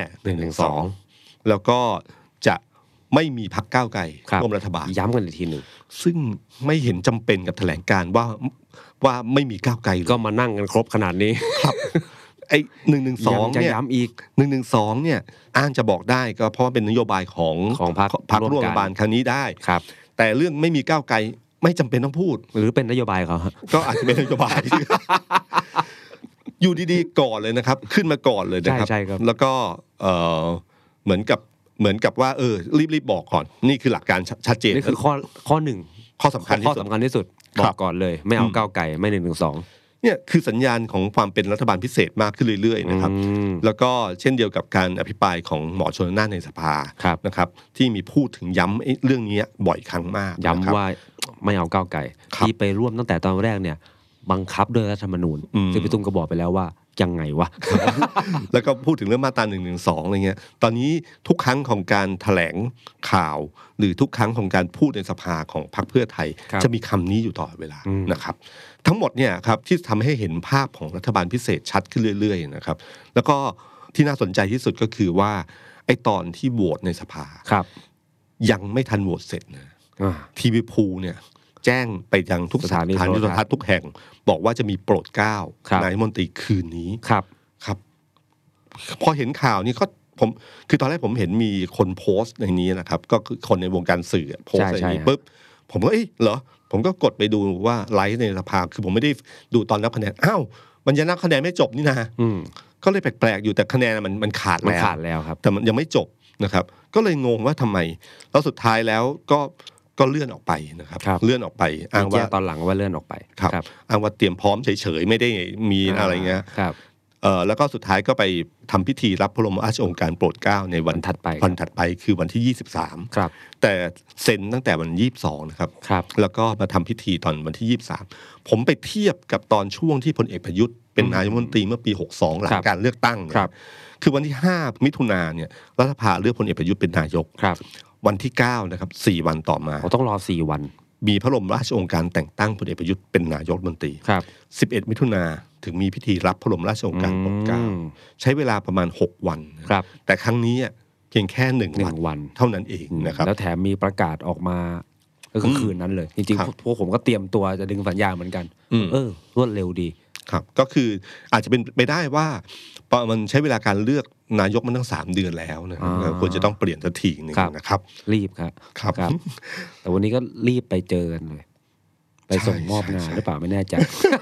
112แล้วก็จะไม่มีพรรคก้าวไกลร่วมรัฐบาลย้ำกันอีกทีนึงซึ่งไม่เห็นจำเป็นกับแถลงการว่าไม่มีก้าวไกลก็มานั่งกันครบขนาดนี้ครับไอ้112เนี่ยย้ำอีก 112เนี่ยอ้างจะบอกได้ก็เพราะว่าเป็นนโยบายของพรรคร่วมรัฐบาลครั้งนี้ได้ครับแต่เรื่องไม่มีก้าวไกลไม่จำเป็นต้องพูดหรือเป็นนโยบายเขาก็อาจจะเป็นนโยบายอยู่ดีๆก่อนเลยนะครับขึ้นมาก่อนเลยนะครับแล้วก็เหมือนกับว่ารีบบอกก่อนนี่คือหลักการชัดเจนนี่คือข้อ1ข้อสำคัญที่สุดบอกก่อนเลยไม่เอาก้าวไกลไม่112 เนี่ยคือสัญญาณของความเป็นรัฐบาลพิเศษมากขึ้นเรื่อยๆนะครับแล้วก็เช่นเดียวกับการอภิปรายของหมอชลน่านในสภานะครับที่มีพูดถึงย้ำเรื่องนี้บ่อยครั้งมากย้ำว่าไม่เอาก้าวไกลที่ไปร่วมตั้งแต่ตอนแรกเนี่ยบังคับด้วยรัฐธรรมนูญซึ่งพี่ตุ้มก็บอกไปแล้วว่ายังไงวะแล้วก็พูดถึงเรื่องมาตรา112อะไรเงี้ยตอนนี้ทุกครั้งของการแถลงข่าวหรือทุกครั้งของการพูดในสภาของพรรคเพื่อไทยจะมีคำนี้อยู่ตลอดเวลานะครับทั้งหมดเนี่ยครับที่ทำให้เห็นภาพของรัฐบาลพิเศษชัดขึ้นเรื่อยๆนะครับแล้วก็ที่น่าสนใจที่สุดก็คือว่าไอ้ตอนที่โหวตในสภายังไม่ทันโหวตเสร็จนะทีวีพูเนี่ยแจ้งไปยังทุกสถานีโทรทัศน์ทุกแห่งบอกว่าจะมีโปรดเกล้านายกรัฐมนตรีคืนนี้ครับพอเห็นข่าวนี้ผมคือตอนแรกผมเห็นมีคนโพสต์ในนี้นะครับก็คือคนในวงการสื่อโพสต์ในนี้ปุ๊บผมก็เหรอผมก็กดไปดูว่าไลฟ์ในสภาคือผมไม่ได้ดูตอนนับคะแนนอ้าวมันยังนับคะแนนไม่จบนี่นะก็เลยแปลกๆอยู่แต่คะแนนมันขาดแล้วครับแต่มันยังไม่จบนะครับก็เลยงงว่าทำไมแล้วสุดท้ายแล้วก็ก็เลื่อนออกไปนะครับเลื่อนออกไปอ้างว่าตอนหลังว่าเลื่อนออกไปครับอ้างว่าเตรียมพร้อมเฉยๆไม่ได้มีอะไรเงี้ยแล้วก็สุดท้ายก็ไปทำพิธีรับพระบรมราชโองการโปรดเกล้าในวันถัดไปคือวันที่23 ครับแต่เซ็นตั้งแต่วัน22นะครับแล้วก็มาทำพิธีตอนวันที่23ผมไปเทียบกับตอนช่วงที่พลเอกประยุทธ์เป็นนายกรัฐมนตรีเมื่อปี62หลังการเลือกตั้งคือวันที่5มิถุนายนเนี่ยรัฐสภาเลือกพลเอกประยุทธ์เป็นนายกวันที่9นะครับ4วันต่อมาต้องรอ4วันมีพระบรมราชโองการแต่งตั้งพลเอกประยุทธ์เป็นนายกรัฐมนตรี11มิถุนายนถึงมีพิธีรับพระบรมราชโองการโปรดเกล้าใช้เวลาประมาณ6วันแต่ครั้งนี้เพียงแค่1วันเท่านั้นเองนะครับแล้วแถมมีประกาศออกมาก็คือคืนนั้นเลยจริงๆพวกผมก็เตรียมตัวจะดึงสัญญาเหมือนกันรวดเร็วดีครับก็คืออาจจะเป็นไปได้ว่ามันใช้เวลาการเลือกนายกมันตั้ง3 เดือนแล้วนะควรจะต้องเปลี่ยนสักทีนึงนะครับรีบครับแต่วันนี้ก็รีบไปเจอกันเลยไปส่งมอบงานหรือเปล่าไม่แน่ใจ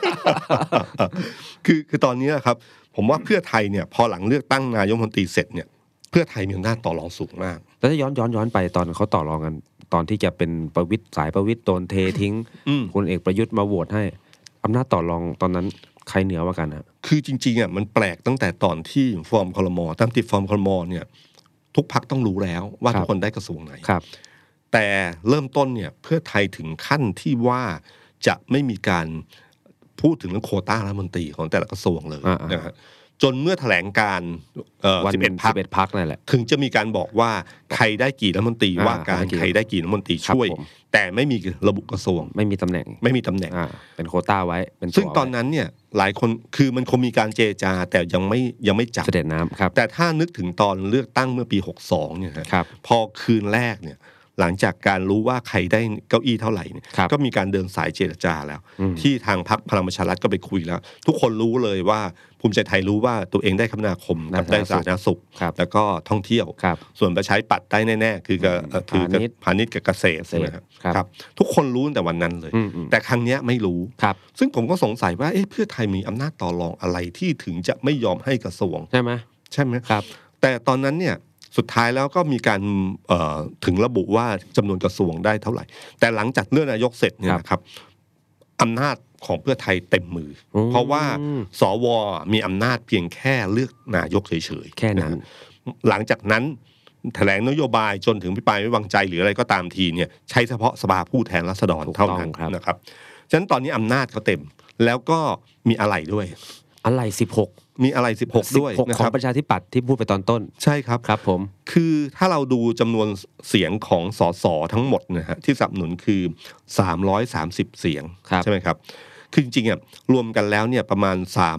คือตอนนี้ครับผมว่าเพื่อไทยเนี่ยพอหลังเลือกตั้งนายกรัฐมนตรีเสร็จเนี่ยเพื่อไทยมีอำนาจต่อรองสูงมากแต่ถ้าย้อนไปตอนเขาต่อรองกันตอนที่จะเป็นประวิตรสายประวิตรโดนเททิ้งคุณเอกประยุทธ์มาโหวตให้อำนาจต่อรองตอนนั้นใครเหนือกว่ากันฮะคือจริงๆมันแปลกตั้งแต่ตอนที่ฟอร์มครม.ตามติดฟอร์มครม.เนี่ยทุกพรรคต้องรู้แล้วว่าทุกคนได้กระทรวงไหนแต่เริ่มต้นเนี่ยเพื่อไทยถึงขั้นที่ว่าจะไม่มีการพูดถึงเรื่องโควต้ารัฐมนตรีของแต่ละกระทรวงเลยนะฮะจนเมื่อแถลงการ11 พรรคนั่นแหละถึงจะมีการบอกว่าใครได้กี่รัฐมนตรีว่าการใครได้กี่รัฐมนตรีช่วยแต่ไม่มีระบุกระทรวงไม่มีตำแหน่งเป็นโควต้าไว้ซึ่งตอนนั้นเนี่ยหลายคนคือมันคงมีการเจรจาแต่ยังไม่จับเสด็จน้ำครับแต่ถ้านึกถึงตอนเลือกตั้งเมื่อปี62เนี่ยพอคืนแรกเนี่ยหลังจากการรู้ว่าใครได้เก้าอี้เท่าไหร่เนี่ยก็มีการเดินสายเจรจาแล้วที่ทางพรรคพลังประชารัฐก็ไปคุยแล้วทุกคนรู้เลยว่าภูมิใจไทยรู้ว่าตัวเองได้คมนาคมกับได้สาธารณสุขแล้วก็ท่องเที่ยวส่วนประชาธิปัตย์ได้แน่ๆคือพาณิชย์กับเกษตรนะครับทุกคนรู้ตั้งแต่วันนั้นเลยแต่ครั้งนี้ไม่รู้ซึ่งผมก็สงสัยว่าเพื่อไทยมีอำนาจต่อรองอะไรที่ถึงจะไม่ยอมให้กระทรวงใช่ไหมครับแต่ตอนนั้นเนี่ยสุดท้ายแล้วก็มีการถึงระบุว่าจำนวนกระทรวงได้เท่าไหร่แต่หลังจากเลือกนายกเสร็จเนี่ยนะครับอำนาจของเพื่อไทยเต็มมือเพราะว่าสวมีอำนาจเพียงแค่เลือกนายกเฉยๆแค่นั้นหลังจากนั้นแถลงนโยบายจนถึงพิปรายไม่วางใจหรืออะไรก็ตามทีเนี่ยใช้เฉพาะสภาผู้แทนราษฎรเท่านั้นนะครับฉะนั้นตอนนี้อำนาจเขาเต็มแล้วก็มีอะไรด้วยอะไร16 มีอะไร16ด้วยนะครับของประชาธิปัตย์ที่พูดไปตอนต้นใช่ครับครับผมคือถ้าเราดูจำนวนเสียงของสสทั้งหมดนะฮะที่สนับสนุนคือ330เสียงใช่ไหมครับคือจริงๆรวมกันแล้วเนี่ยประมาณ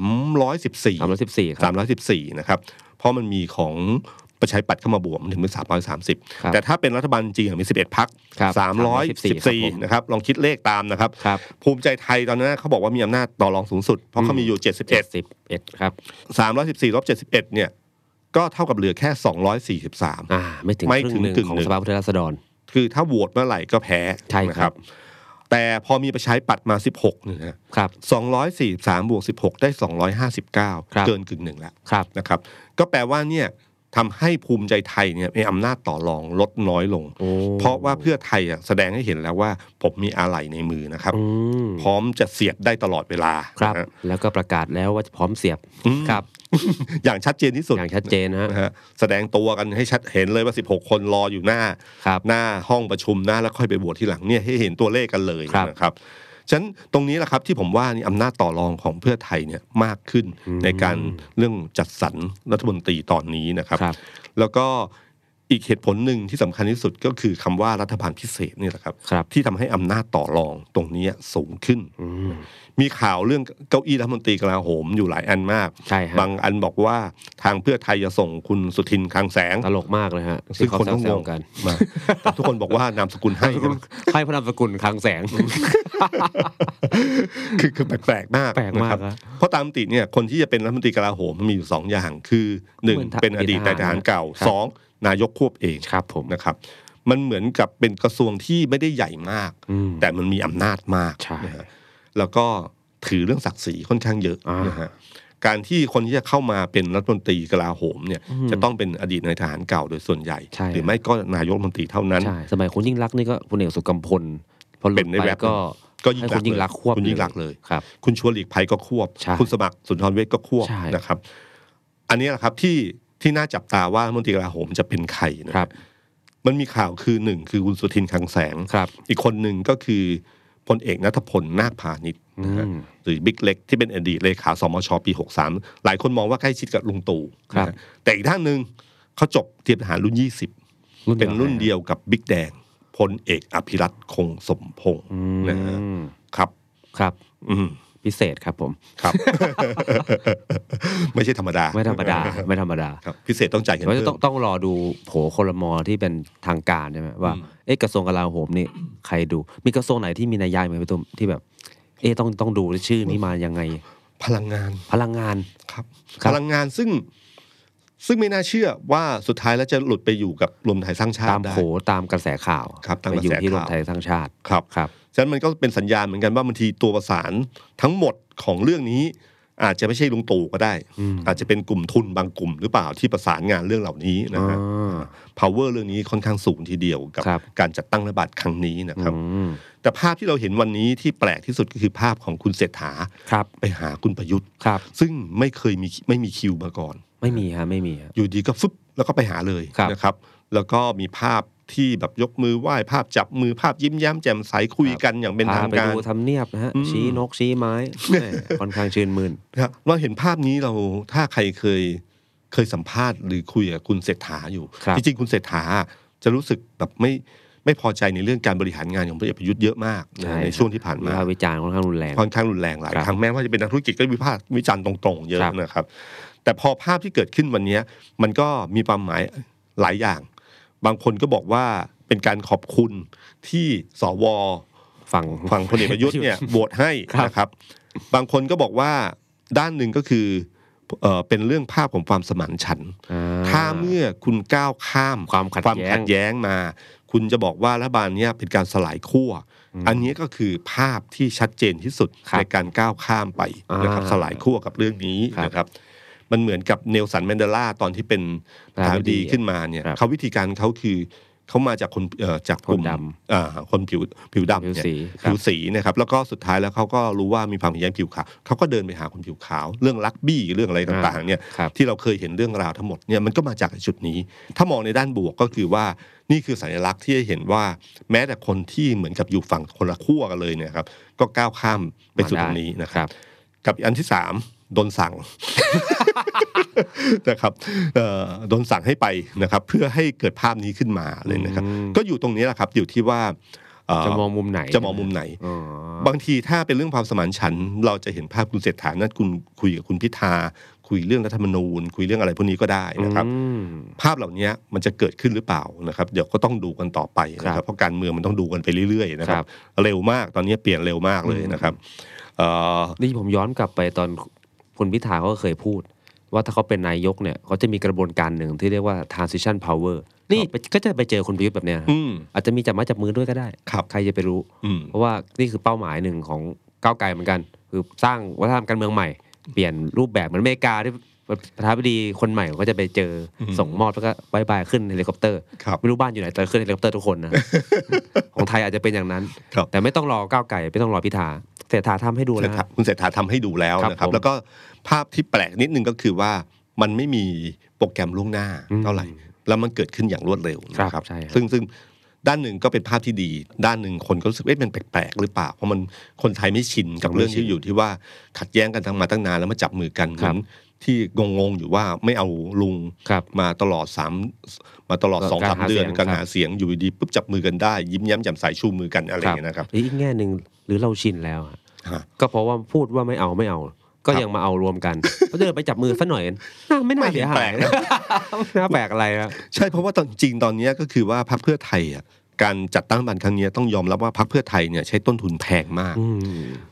314นะครับเพราะมันมีของประชาธิปัตย์เข้ามาบวกถึงเป็น330แต่ถ้าเป็นรัฐบาลจริงมี11 พรรค314นะครับลองคิดเลขตามนะครับภูมิใจไทยตอนนั้นเขาบอกว่ามีอำนาจต่อรองสูงสุดเพราะเขามีอยู่ 71ครับ 314ลบ71เนี่ยก็เท่ากับเหลือแค่243 ไม่ถึงครึ่งของสภาผู้แทนราษฎรคือถ้าโหวตเมื่อไหร่ก็แพ้นะครับแต่พอมีประชาธิปัตย์มา16นะครับ243บวก16ได้259เกินกึ่งหนึ่งแล้วนะครับก็แปลว่าเนี่ยทำให้ภูมิใจไทยเนี่ยมีอำนาจต่อรองลดน้อยลงเพราะว่าเพื่อไทยแสดงให้เห็นแล้วว่าผมมีอะไรในมือนะครับพร้อมจะเสียบได้ตลอดเวลาครับแล้วก็ประกาศแล้วว่าพร้อมเสียบครับอย่างชัดเจนที่สุดอย่างชัดเจนนะฮะแสดงตัวกันให้ชัดเห็นเลยว่า16คนรออยู่หน้าห้องประชุมแล้วค่อยไปโหวตที่หลังเนี่ยให้เห็นตัวเลขกันเลยนะครับฉะนั้นตรงนี้แหละครับที่ผมว่านี่อำนาจต่อรองของเพื่อไทยเนี่ยมากขึ้นในการเรื่องจัดสรรรัฐมนตรีตอนนี้นะครับแล้วก็อีกเหตุผลหนึ่งที่สำคัญที่สุดก็คือคำว่ารัฐบาลพิเศษนี่แหละครับที่ทำให้อำนาจต่อรองตรงนี้สูงขึ้นมีข่าวเรื่องเก้าอี้รัฐมนตรีกลาโหมอยู่หลายอันมากบางอันบอกว่าทางเพื่อไทยจะส่งคุณสุทินคลังแสงตลกมากเลยฮะซึ่งคนต้องงงกันทุกคนบอกว่านามสกุลให้พระนามสกุลคลังแสงคือแปลกมากนะครับเพราะตามติเนี่ยคนที่จะเป็นรัฐมนตรีกลาโหมมันมีอยู่2อย่างคือ1เป็นอดีตนายทหารเก่า2นายกควบเองนะครับมันเหมือนกับเป็นกระทรวงที่ไม่ได้ใหญ่มากแต่มันมีอำนาจมากนะฮะแล้วก็ถือเรื่องศักดิ์ศรีค่อนข้างเยอะนะฮะการที่คนที่จะเข้ามาเป็นรัฐมนตรีกลาโหมเนี่ยจะต้องเป็นอดีตนายทหารเก่าโดยส่วนใหญ่หรือไม่ก็นายกรัฐมนตรีเท่านั้นใช่สมัยคุณยิ่งลักษณ์นี่ก็พลเอกสุกำพลพอหลุดไปก็ยิ่งลักษณ์ควบคุณยิ่งลักษณ์เลยครับคุณชวนหลีกภัยก็ควบคุณสมัครสุนทรเวชก็ควบนะครับอันนี้แหละครับที่น่าจับตาว่ารัฐมนตรีกลาโหมจะเป็นใครนะครับมันมีข่าวคือหนึ่งคือคุณสุทินคลังแสงอีกคนหนึ่งก็คือพลเอกณัฐพลนาคพาณิชย์หรือบิ๊กเล็กที่เป็นอดีตเลขาสมชปี63หลายคนมองว่าใกล้ชิดกับลุงตู่แต่อีกด้านหนึ่งเขาจบเตรียมทหารรุ่น20เป็นรุ่นเดียวกับบิ๊กแดงพลเอกอภิรัตคงสมพงษ์นะครับครับพิเศษครับผมครับ ไม่ใช่ธรรมดาไม่ธรรมดาครับพิเศษต้องจ่ายเงินเพิ่มต้องรอดูโผครม.ที่เป็นทางการใช่ไหมว่ากระทรวงกลาโหมนี่ใครดูมีกระทรวงไหนที่มีนัยยะไหมพี่ตุ้มที่แบบต้องดูชื่อนี้มายังไงพลังงานครับพลังงานซึ่งไม่น่าเชื่อว่าสุดท้ายแล้วจะหลุดไปอยู่กับรวมไทยสร้างชาติตามโผตามกระแสข่าวไปอยู่ที่รวมไทยสร้างชาติครับฉะนั้นมันก็เป็นสัญญาณเหมือนกันว่าบางทีตัวประสานทั้งหมดของเรื่องนี้อาจจะไม่ใช่ลุงตู่ก็ได้อาจจะเป็นกลุ่มทุนบางกลุ่มหรือเปล่าที่ประสานงานเรื่องเหล่านี้นะฮะ power เรื่องนี้ค่อนข้างสูงทีเดียวกับการจัดตั้งรัฐบาลครั้งนี้นะครับแต่ภาพที่เราเห็นวันนี้ที่แปลกที่สุดก็คือภาพของคุณเศรษฐาไปหาคุณประยุทธ์ซึ่งไม่มีคิวมาก่อนไม่มีอยู่ดีก็ฟึบแล้วก็ไปหาเลยนะครับแล้วก็มีภาพที่แบบยกมือไหว้ภาพจับมือภาพยิ้มแย้มแจ่มใสคุยกันอย่างเป็นทางการไปดูทำเนียบนะฮะชี้นกชี้ไม้ค่อนข้างชื่นมื่นเราเห็นภาพนี้เราถ้าใครเคยสัมภาษณ์หรือคุยกับคุณเศรษฐาอยู่จริงๆคุณเศรษฐาจะรู้สึกแบบไม่พอใจในเรื่องการบริหารงานของพลเอกประยุทธ์เยอะมากในช่วงที่ผ่านมาวิจารณ์ค่อนข้างรุนแรงหลายครั้งแม้ว่าจะเป็นนักธุรกิจก็วิจารณ์ตรงๆเยอะนะครับแต่พอภาพที่เกิดขึ้นวันนี้มันก็มีความหมายหลายอย่างบางคนก็บอกว่าเป็นการขอบคุณที่สวฝั่งพลเอกประยุทธ์เนี่ยโหวตให้นะครับบางคนก็บอกว่าด้านหนึ่งก็คือเป็นเรื่องภาพของความสมานฉันท์ถ้าเมื่อคุณก้าวข้ามความขัดแย้งมาคุณจะบอกว่ารัฐบาลนี้เป็นการสลายขั้วอันนี้ก็คือภาพที่ชัดเจนที่สุดในการก้าวข้ามไปนะครับสลายขั้วกับเรื่องนี้นะครับมันเหมือนกับเนลสันแมนเดลาตอนที่เป็นประธานาธิบดีขึ้นมาเนี่ยเขาวิธีการเขาคือเขามาจากคนจากกลุ่มคนผิวดำเนี่ยผิวสีนะครับแล้วก็สุดท้ายแล้วเขาก็รู้ว่ามีความขัดแย้งผิวขาวเขาก็เดินไปหาคนผิวขาวเรื่องลักบี้เรื่องอะไรต่างๆเนี่ยที่เราเคยเห็นเรื่องราวทั้งหมดเนี่ยมันก็มาจากจุดนี้ถ้ามองในด้านบวกก็คือว่านี่คือสัญลักษณ์ที่ให้เห็นว่าแม้แต่คนที่เหมือนกับอยู่ฝั่งคนละขั้วกันเลยเนี่ยครับก็ก้าวข้ามไปสู่ตรงนี้นะครับกับอันที่3โดนสั่ง นะครับโดนสั่งให้ไปนะครับเพื่อให้เกิดภาพนี้ขึ้นมาเลยนะครับก็อยู่ตรงนี้แหละครับอยู่ที่ว่าจะมองมุมไหนบางทีถ้าเป็นเรื่องความสมานฉันท์เราจะเห็นภาพคุณเศรษฐานั้นคุณคุยกับคุณพิธาคุยเรื่องรัฐธรรมนูญคุยเรื่องอะไรพวกนี้ก็ได้นะครับภาพเหล่านี้มันจะเกิดขึ้นหรือเปล่านะครับเดี๋ยวก็ต้องดูกันต่อไปนะครับเพราะการเมืองมันต้องดูกันไปเรื่อยๆนะครับเร็วมากตอนนี้เปลี่ยนเร็วมากเลยนะครับนี่ผมย้อนกลับไปตอนคุณพิธาเขาเคยพูดว่าถ้าเขาเป็นนายกเนี่ยเขาจะมีกระบวนการหนึ่งที่เรียกว่า transition power นี่ก็จะไปเจอคุณประยุทธ์แบบเนี้ยอาจจะมีจับไม้จับมือด้วยก็ได้ใครจะไปรู้เพราะว่านี่คือเป้าหมายหนึ่งของก้าวไกลเหมือนกันคือสร้างวัฒนธรรมการเมืองใหม่เปลี่ยนรูปแบบเหมือนอเมริกาที่ประธานาธิบดีคนใหม่ก็จะไปเจอส่งมอบแล้วก็บายบายขึ้นเฮลิคอปเตอร์ไม่รู้บ้านอยู่ไหนแต่ขึ้นเฮลิคอปเตอร์ทุกคนนะของไทยอาจจะเป็นอย่างนั้นแต่ไม่ต้องรอก้าวไกลไม่ต้องรอพิธาเศรษฐาทำให้ดูแล้วคุณเศรษฐาทำให้ดูแล้วนะครับแล้วก็ภาพที่แปลกนิดนึงก็คือว่ามันไม่มีโปรแกรมล่วงหน้าเท่าไหร่แล้วมันเกิดขึ้นอย่างรวดเร็วนะครับซึ่งด้านหนึ่งก็เป็นภาพที่ดีด้านหนึ่งคนก็รู้สึกมันแปลกๆหรือเปล่าเพราะมันคนไทยไม่ชินกับเรื่องที่อยู่ที่ว่าขัดแย้งกันมาตั้งนานแล้วมาจับมือกันเหมือนที่งงๆอยู่ว่าไม่เอาลุงมาตลอด2-3 เดือนการหาเสียงอยู่ดีปุ๊บจับมือกันได้ยิ้มแย้มแจ่มใสชูมือกันอะไรอย่างเงี้ยนะครับอีกแง่นึงหรือเราชินแล้วก็เพราะว่าพูดว่าไม่เอาก็ยังมาเอารวมกันก็เดินไปจับมือซะหน่อยไม่น่าเสียหายน่าแปลกอะไรนะใช่เพราะว่าจริงตอนนี้ก็คือว่าพรรคเพื่อไทยการจัดตั้งรัฐบาลครั้งนี้ต้องยอมรับว่าพรรคเพื่อไทยเนี่ยใช้ต้นทุนแพงมาก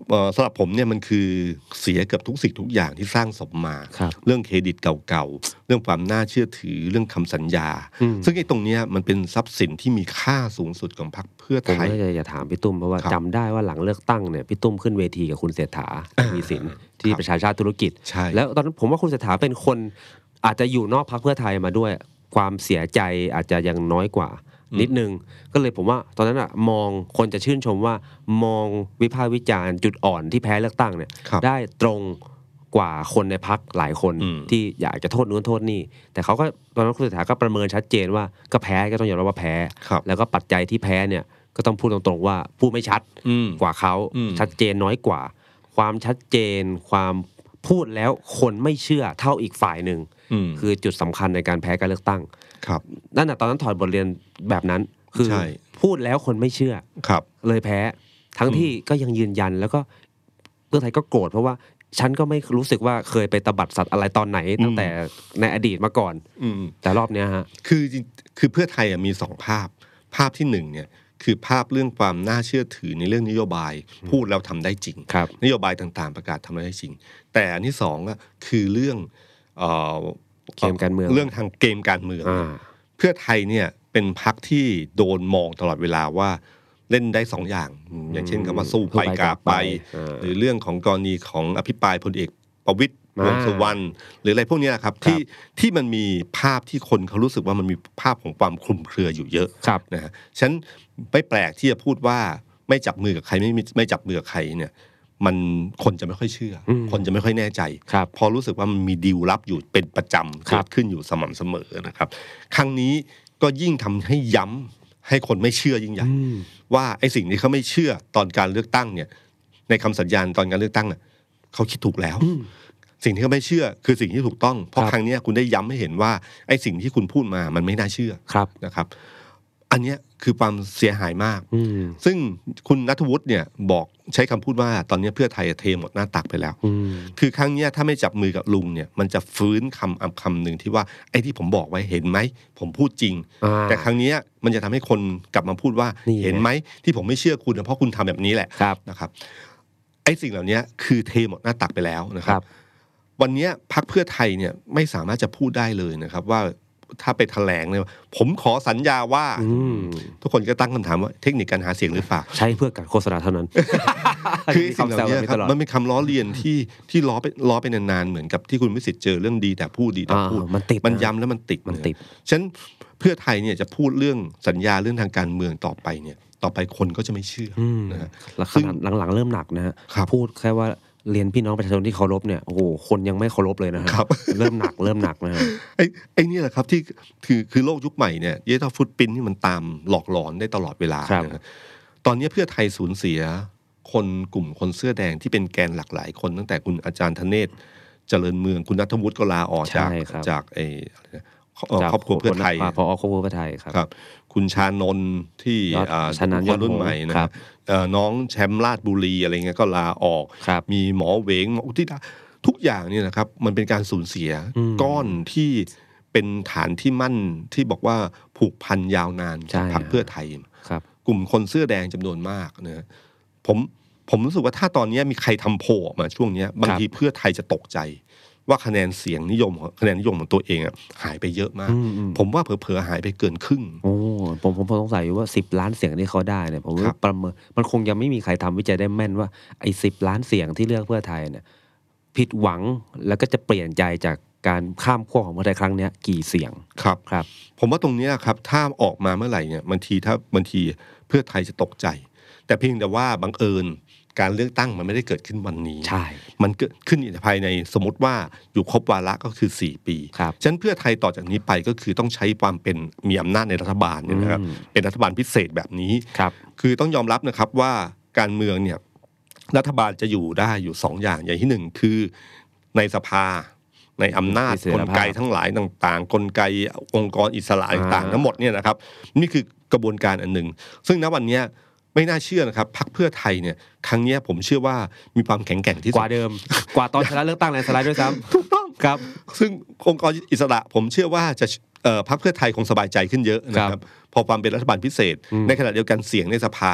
สำหรับผมเนี่ยมันคือเสียเกือบทุกสิ่งทุกอย่างที่สร้างสมมาเรื่องเครดิตเก่าๆเรื่องความน่าเชื่อถือเรื่องคำสัญญาซึ่งไอ้ตรงเนี้ยมันเป็นทรัพย์สินที่มีค่าสูงสุดของพรรคเพื่อไทยผมก็จะถามพี่ตุ้มเพราะว่าจำได้ว่าหลังเลือกตั้งเนี่ยพี่ตุ้มขึ้นเวทีกับคุณเศรษฐามีสินที่ประชาชาติธุรกิจแล้วตอนนั้นผมว่าคุณเศรษฐาเป็นคนอาจจะอยู่นอกพรรคเพื่อไทยมาด้วยความเสียใจอาจจะยังน้อยกว่านิดนึงก็เลยผมว่าตอนนั้นอะมองคนจะชื่นชมว่ามองวิพากษ์วิจารณ์จุดอ่อนที่แพ้เลือกตั้งเนี่ยได้ตรงกว่าคนในพรรคหลายคนที่อยากจะโทษนู้นโทษนี่แต่เขาก็ตอนนั้นคุณเศรษฐาก็ประเมินชัดเจนว่าก็แพ้ก็ต้องยอมรับว่าแพ้แล้วก็ปัจจัยที่แพ้เนี่ยก็ต้องพูดตรงๆว่าพูดไม่ชัดกว่าเขาชัดเจนน้อยกว่าความชัดเจนความพูดแล้วคนไม่เชื่อเท่าอีกฝ่ายหนึ่งคือจุดสำคัญในการแพ้การเลือกตั้งนั่นน่ะตอนนั้นถอดบทเรียนแบบนั้นคือพูดแล้วคนไม่เชื่อเลยแพ้ทั้งที่ก็ยังยืนยันแล้วก็เพื่อไทยก็โกรธเพราะว่าฉันก็ไม่รู้สึกว่าเคยไปตบัดสัตว์อะไรตอนไหนตั้งแต่ในอดีตมาก่อนแต่รอบนี้ฮะคือเพื่อไทยมีสองภาพที่หนึ่งเนี่ยคือภาพเรื่องความน่าเชื่อถือในเรื่องนโยบายพูดแล้วทำได้จริงนโยบายต่างๆประกาศทำได้จริงแต่อันที่สองก็คือเรื่องเกมการเมืองเรื่องทางเกมการเมืองเพื่อไทยเนี่ยเป็นพรรคที่โดนมองตลอดเวลาว่าเล่นได้สองอย่างอย่างเช่นคำว่าสู้ไปกาไปหรือเรื่องของกรณีของอภิปรายพลเอกประวิตรวงษ์สุวรรณหรืออะไรพวกนี้ครับที่มันมีภาพที่คนเขารู้สึกว่ามันมีภาพของความคลุมเครืออยู่เยอะนะฮะฉะนั้นไม่แปลกที่จะพูดว่าไม่จับมือกับใครไม่จับมือกับใครเนี่ยมันคนจะไม่ค่อยเชื่อคนจะไม่ค่อยแน่ใจพอรู้สึกว่ามันมีดีลลับอยู่เป็นประจำเกิดขึ้นอยู่สม่ำเสมอนะครับครั้งนี้ก็ยิ่งทำให้ย้ำให้คนไม่เชื่อยิ่งใหญ่ว่าไอ้สิ่งที่เขาไม่เชื่อตอนการเลือกตั้งเนี่ยในคำสัญญาณตอนการเลือกตั้งน่ะเขาคิดถูกแล้วสิ่งที่เขาไม่เชื่อคือสิ่งที่ถูกต้องเพราะครั้งนี้คุณได้ย้ำให้เห็นว่าไอ้สิ่งที่คุณพูดมามันไม่น่าเชื่อนะครับอันนี้คือความเสียหายมากซึ่งคุณณัฐวุฒิเนี่ยบอกใช้คำพูดว่าตอนนี้เพื่อไทยเทหมดหน้าตักไปแล้วคือครั้งนี้ถ้าไม่จับมือกับลุงเนี่ยมันจะฟื้นคำหนึ่งที่ว่าไอ้ที่ผมบอกไว้เห็นไหมผมพูดจริงแต่ครั้งนี้มันจะทำให้คนกลับมาพูดว่าเห็นไหมที่ผมไม่เชื่อคุณเพราะคุณทำแบบนี้แหละนะครับไอ้สิ่งเหล่านี้คือเทหมดหน้าตักไปแล้วนะครับวันนี้พรรคเพื่อไทยเนี่ยไม่สามารถจะพูดได้เลยนะครับว่าถ้าไปแถลงเนี่ยผมขอสัญญาว่าทุกคนก็ตั้งคำถามว่าเทคนิคการหาเสียงหรือเปล่าใช้เพื่อการโฆษณาเท่านั้นคือสิ่งเหล่านี้ครับมันเป็นคำล้อเลียนที่ล้อไปนานๆเหมือนกับที่คุณวิสิทธิ์เจอเรื่องดีแต่พูดมันย้ำแล้วมันติดฉะนั้นเพื่อไทยเนี่ยจะพูดเรื่องสัญญาเรื่องทางการเมืองต่อไปเนี่ยต่อไปคนก็จะไม่เชื่อนะฮะซึ่งหลังๆเริ่มหนักนะฮะพูดแค่ว่าเรียนพี่น้องประชาชนที่เคารพเนี่ยโอ้โหคนยังไม่เคารพเลยนะครับเริ่มหนักนะฮะไอ้นี่แหละครับที่คือโลกยุคใหม่เนี่ยเยต้าฟุตปิ้นที่มันตามหลอกหลอนได้ตลอดเวลาตอนนี้เพื่อไทยสูญเสียคนกลุ่มคนเสื้อแดงที่เป็นแกนหลากหลายคนตั้งแต่คุณอาจารย์ธเนศเจริญเมืองคุณณัฐวุฒิก็ลาออกจากครอบครัวเพื่อไทยพอครอบครัวเพื่อไทยครับคุณชานนท์ที่คนรุ่นใหม่นะครับน้องแชมป์ราชบุรีอะไรเงี้ยก็ลาออกมีหมอเหวงหมออุทิศทุกอย่างเนี่ยนะครับมันเป็นการสูญเสียก้อนที่เป็นฐานที่มั่นที่บอกว่าผูกพันยาวนานจากพรรคเพื่อไทยกลุ่มคนเสื้อแดงจำนวนมากนะผมรู้สึกว่าถ้าตอนนี้มีใครทำโพลออกมาช่วงนี้บางทีเพื่อไทยจะตกใจว่าคะแนนเสียงนิยมของตัวเองหายไปเยอะมากผมว่าเผลอๆหายไปเกินครึ่งโอ้ผมสงสัยว่า10 ล้านเสียงที่เขาได้เนี่ยผมว่าประเมินมันคงยังไม่มีใครทำวิจัยได้แม่นว่าไอ้10 ล้านเสียงที่เลือกเพื่อไทยเนี่ยผิดหวังแล้วก็จะเปลี่ยนใจจากการข้ามขั้วของเพื่อไทยครั้งนี้กี่เสียงครับผมว่าตรงนี้ครับถ้าออกมาเมื่อไหร่เนี่ยบางทีเพื่อไทยจะตกใจแต่เพียงแต่ว่าบังเอิญการเลือกตั้งมันไม่ได้เกิดขึ้นวันนี้มันเกิดขึ้นภายในสมมติว่าอยู่ครบวาระก็คือ4 ปีฉะนั้นเพื่อไทยต่อจากนี้ไปก็คือต้องใช้ความเป็นมีอำนาจในรัฐบาลนะครับเป็นรัฐบาลพิเศษแบบนี้คือต้องยอมรับนะครับว่าการเมืองเนี่ยรัฐบาลจะอยู่ได้อยู่2 อย่างที่1คือในสภาในอำนาจกลไกทั้งหลายต่างๆกลไกองค์กรอิสระต่างๆทั้งหมดเนี่ยนะครับนี่คือกระบวนการอันหนึ่งซึ่งณวันนี้ไม่น่าเชื่อนะครับพรรคเพื่อไทยเนี่ยครั้งนี้ผมเชื่อว่ามีความแข็งแกร่งที่สุดกว่าเดิมกว่าตอนชนะเลือกตั้งในสไลด์ด้วยซ้ำถูกต้องครับซึ่งองค์กรอิสระผมเชื่อว่าจะพรรคเพื่อไทยคงสบายใจขึ้นเยอะนะครับพอความเป็นรัฐบาลพิเศษในขณะเดียวกันเสียงในสภา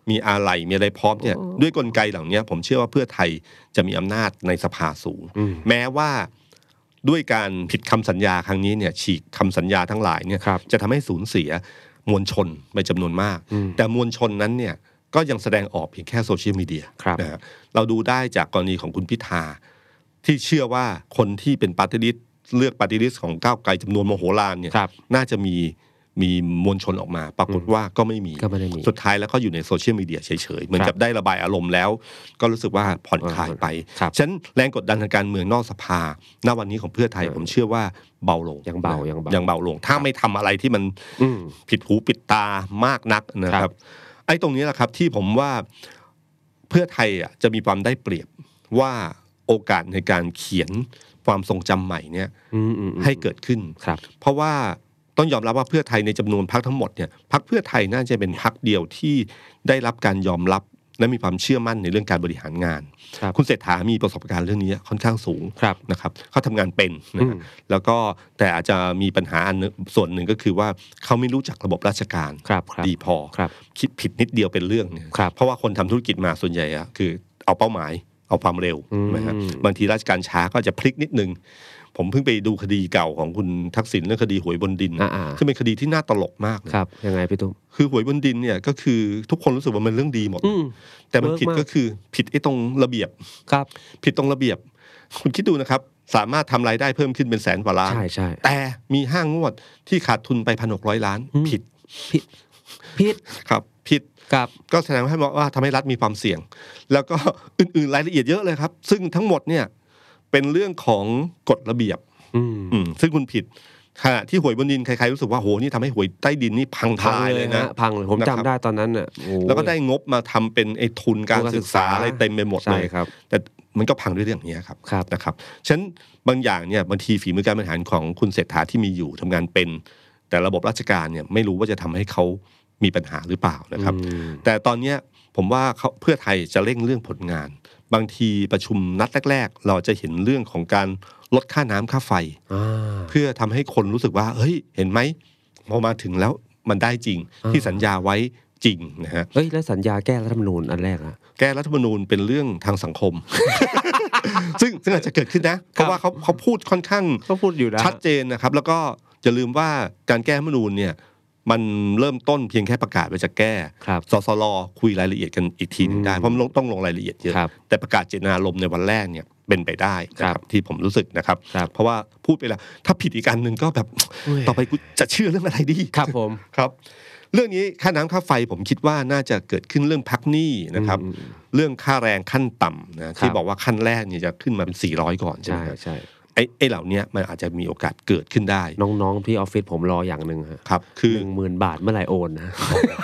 มีอะไรมีอะไรพร้อมเนี่ยด้วยกลไกเหล่านี้ผมเชื่อว่าเพื่อไทยจะมีอำนาจในสภาสูงแม้ว่าด้วยการผิดคำสัญญาครั้งนี้เนี่ยฉีกคำสัญญาทั้งหลายเนี่ยจะทำให้สูญเสียมวลชนไปจำนวนมากแต่มวลชนนั้นเนี่ยก็ยังแสดงออกเพียงแค่โซเชียลมีเดียนะฮะเราดูได้จากกรณีของคุณพิธาที่เชื่อว่าคนที่เป็นปาร์ตี้ลิสต์เลือกปาร์ตี้ลิสต์ของก้าวไกลจำนวนมโหฬารเนี่ยน่าจะมีมวลชนออกมาปรากฏว่าก็ไม่มีสุดท้ายแล้วก็อยู่ในโซเชียลมีเดียเฉยๆเหมือนกับได้ระบายอารมณ์แล้วก็รู้สึกว่าผ่อนคลายไปฉะนั้นแรงกดดันทางการเมืองนอกสภาณวันนี้ของเพื่อไทยผมเชื่อว่าเบาลงยังเบาลงถ้าไม่ทำอะไรที่มันผิดหูผิดตามากนักนะครับไอ้ตรงนี้แหละครับที่ผมว่าเพื่อไทยจะมีความได้เปรียบว่าโอกาสในการเขียนความทรงจำใหม่เนี่ยให้เกิดขึ้นเพราะว่าต้องยอมรับว่าเพื่อไทยในจำนวนพรรคทั้งหมดเนี่ยพรรคเพื่อไทยน่าจะเป็นพรรคเดียวที่ได้รับการยอมรับและมีความเชื่อมั่นในเรื่องการบริหารงานคุณเศรษฐามีประสบการณ์เรื่องนี้ค่อนข้างสูงนะครับเขาทำงานเป็นนะแล้วก็แต่อาจจะมีปัญหาส่วนหนึ่งก็คือว่าเขาไม่รู้จักระบบราชการดีพอคิดผิดนิดเดียวเป็นเรื่องเนี่ยเพราะว่าคนทำธุรกิจมาส่วนใหญ่คือเอาเป้าหมายเอาความเร็วนะครับบางทีราชการช้าก็จะพลิกนิดนึงผมเพิ่งไปดูคดีเก่าของคุณทักษิณเรื่องคดีหวยบนดินซึ่งเป็นคดีที่น่าตลกมากเลยครับยังไงพี่ตุ้มคือหวยบนดินเนี่ยก็คือทุกคนรู้สึกว่ามันเรื่องดีหมดแต่มันผิดก็คือผิดไอ้ตรงระเบียบครับผิดตรงระเบียบคุณคิดดูนะครับสามารถทำรายได้เพิ่มขึ้นเป็นแสนกว่าล้านใช่แต่มี5 งวดที่ขาดทุนไป 1,600 ล้านผิดครับผิดก็แสดงว่าทำให้รัฐมีความเสี่ยงแล้วก็อื่นๆรายละเอียดเยอะเลยครับซึ่งทั้งหมดเนี่ยเป็นเรื่องของกฎระเบียบซึ่งคุณผิดขณะที่หวยบนดินใครๆรู้สึกว่าโหนี่ทำให้หวยใต้ดินนี่พังทลายเลยนะพังเลยผมจำได้ตอนนั้นน่ะแล้วก็ได้งบมาทำเป็นไอ้ทุนการศึกษาอะไรเต็มไปหมดเลยแต่มันก็พังด้วยเรื่องนี้ครับนะครับฉะนั้นบางอย่างเนี่ยบางทีฝีมือการบริหารของคุณเศรษฐาที่มีอยู่ทำงานเป็นแต่ระบบราชการเนี่ยไม่รู้ว่าจะทำให้เขามีปัญหาหรือเปล่านะครับแต่ตอนนี้ผมว่าเพื่อไทยจะเร่งเรื่องผลงานบางทีประชุมนัดแรกๆเราจะเห็นเรื่องของการลดค่าน้ำค่าไฟเพื่อทำให้คนรู้สึกว่าเฮ้ยเห็นไหมพอมาถึงแล้วมันได้จริงที่สัญญาไว้จริงนะฮะแล้วสัญญาแก้รัฐธรรมนูญอันแรกอะแก้รัฐธรรมนูญเป็นเรื่องทางสังคม ซึ่งอาจจะเกิดขึ้นนะเพราะว่าเขาพูดค่อนข้างชัดเจนนะครับแล้วก็อย่าลืมว่าการแก้รัฐธรรมนูญเนี่ยมันเริ่มต้นเพียงแค่ประกาศว่าจะแก้สสรคุยรายละเอียดกันอีกทีนึงได้เพราะมันต้องลงรายละเอียดเยอะแต่ประกาศเจตนารมณ์ในวันแรกเนี่ยเป็นไปได้นะครับที่ผมรู้สึกนะครับเพราะว่าพูดไปแล้วถ้าผิดอีกอันนึงก็แบบต่อไปกูจะเชื่อเรื่องอะไรดีครับผมครับเรื่องนี้ค่าน้ำค่าไฟผมคิดว่าน่าจะเกิดขึ้นเรื่องพักหนี้นะครับเรื่องค่าแรงขั้นต่ำนะที่บอกว่าขั้นแรกเนี่ยจะขึ้นมาเป็น400ก่อนใช่ไหมใช่ไอ้เหล่านี้มันอาจจะมีโอกาสเกิดขึ้นได้น้องๆที่ออฟฟิศผมรออย่างนึงครับคือ 10,000 บาทเมื่อไหร่โอนนะ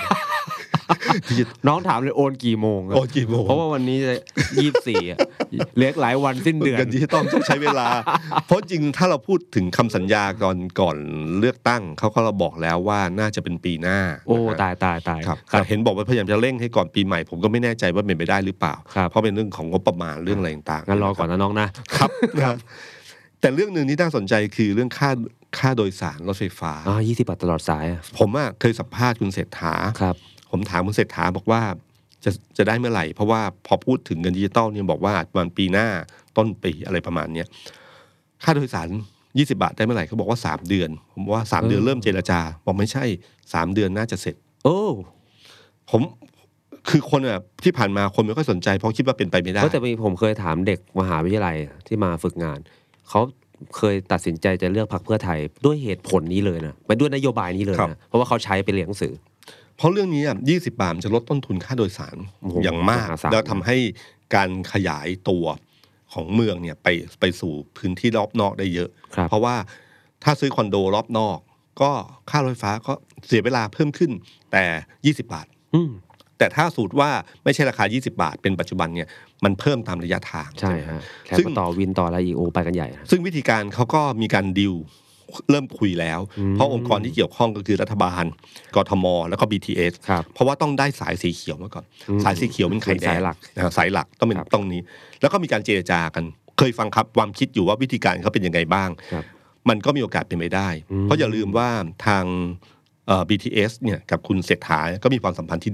น้องถามเลยโอนกี่โมงเพราะว่าวันนี้24เหลือหลายวันสิ้นเดือนที่ต้องใช้เวลาเพราะจริงถ้าเราพูดถึงคำสัญญาก่อนเลือกตั้งเขาก็เราบอกแล้วว่าน่าจะเป็นปีหน้าโอ้ตายครับเห็นบอกว่าพยายามจะเร่งให้ก่อนปีใหม่ผมก็ไม่แน่ใจว่าเป็นไปได้หรือเปล่าเพราะเป็นเรื่องของงบประมาณเรื่องอะไรต่างๆงั้นรอก่อนนะน้องนะครับแต่เรื่องนึงที่น่าสนใจคือเรื่องค่าโดยสารรถไฟฟ้า 20 บาทตลอดสายผมเคยสัมภาษณ์คุณเศรษฐาผมถามคุณเศรษฐาบอกว่าจะได้เมื่อไหร่เพราะว่าพอพูดถึงเงินดิจิตอลเนี่ยบอกว่าประมาณปีหน้าต้นปีอะไรประมาณเนี้ยค่าโดยสาร20 บาทได้เมื่อไหร่เขาบอกว่า3 เดือนผมว่า3 เดือนเริ่มเจรจาบอกไม่ใช่3 เดือนน่าจะเสร็จผมคือคนที่ผ่านมาคนไม่ค่อยสนใจเพราะคิดว่าเป็นไปไม่ได้แต่ผมเคยถามเด็กมหาวิทยาลัยที่มาฝึกงานเขาเคยตัดสินใจจะเลือกพรรคเพื่อไทยด้วยเหตุผลนี้เลยนะไม่ด้วยนโยบายนี้เลยนะเพราะว่าเขาใช้ไปเรียนหนังสือเพราะเรื่องนี้20 บาทจะลดต้นทุนค่าโดยสารอย่างมากแล้วทำให้การขยายตัวของเมืองเนี่ยไปสู่พื้นที่รอบนอกได้เยอะเพราะว่าถ้าซื้อคอนโดรอบนอกก็ค่ารถไฟฟ้าก็เสียเวลาเพิ่มขึ้นแต่20 บาทแต่ถ้าสูตรว่าไม่ใช่ราคา20 บาทเป็นปัจจุบันเนี่ยมันเพิ่มตามระยะทางใช่ฮะซึ่งต่อวินต่ออะไรอีกไปกันใหญ่ซึ่งวิธีการเขาก็มีการดีลเริ่มคุยแล้วเพราะองค์กรที่เกี่ยวข้องก็คือรัฐบาลกทมแล้วก็ BTS เพราะว่าต้องได้สายสีเขียวมาก่อนสายสีเขียวเป็นไข่แดงสายหลักต้องเป็นตรงนี้แล้วก็มีการเจรจากันเคยฟังครับความคิดอยู่ว่าวิธีการเขาเป็นยังไงบ้างมันก็มีโอกาสเป็นไปได้เพราะอย่าลืมว่าทางBTS เนี่ยกับคุณเศรษฐาก็มีความสัมพันธ์ที่ดีกัน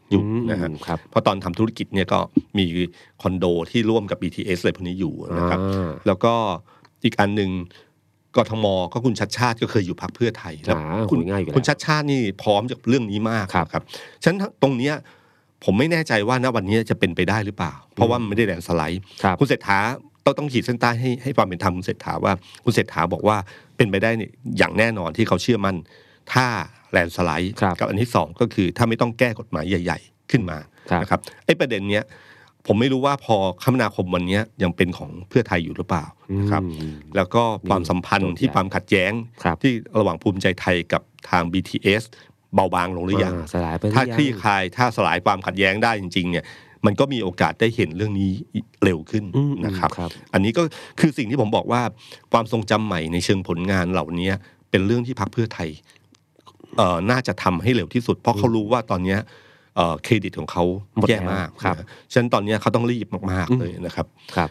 อยู่นะฮะเพราะตอนทำธุรกิจเนี่ยก็มีคอนโดที่ร่วมกับ BTS อะไรพวกนี้อยู่นะครับแล้วก็อีกอันนึงกทมก็คุณชัชชาติก็เคยอยู่พรรคเพื่อไทยแล้วคุณชัชชาตินี่พร้อมกับเรื่องนี้มากครับฉะนั้นตรงเนี้ยผมไม่แน่ใจว่าณวันนี้จะเป็นไปได้หรือเปล่าเพราะว่ามันไม่ได้แลนด์สไลด์คุณเศรษฐาต้องขีดเส้นใต้ให้ความเป็นธรรมคุณเศรษฐาว่าคุณเศรษฐาบอกว่าเป็นไปได้อย่างแน่นอนที่เขาเชื่อมั่นถ้าแลนด์สไลด์กับอันที่สองก็คือถ้าไม่ต้องแก้กฎหมายใหญ่ๆขึ้นมานะครับไอ้ประเด็นเนี้ยผมไม่รู้ว่าพอคมนาคมวันนี้ยังเป็นของเพื่อไทยอยู่หรือเปล่านะครับแล้วก็ความสัมพันธ์ที่ความขัดแย้งที่ระหว่างภูมิใจไทยกับทาง BTS เบาบางลงหรือยังถ้าคลี่คลายถ้าสลายความขัดแย้งได้จริงๆเนี่ยมันก็มีโอกาสได้เห็นเรื่องนี้เร็วขึ้นนะครับอันนี้ก็คือสิ่งที่ผมบอกว่าความทรงจำใหม่ในเชิงผลงานเหล่านี้เป็นเรื่องที่พรรคเพื่อไทยน่าจะทำให้เร็วที่สุดเพราะเขารู้ว่าตอนนี้เครดิตของเขาแย่มากฉะนั้นตอนนี้เขาต้องรีบมากๆเลยนะครับ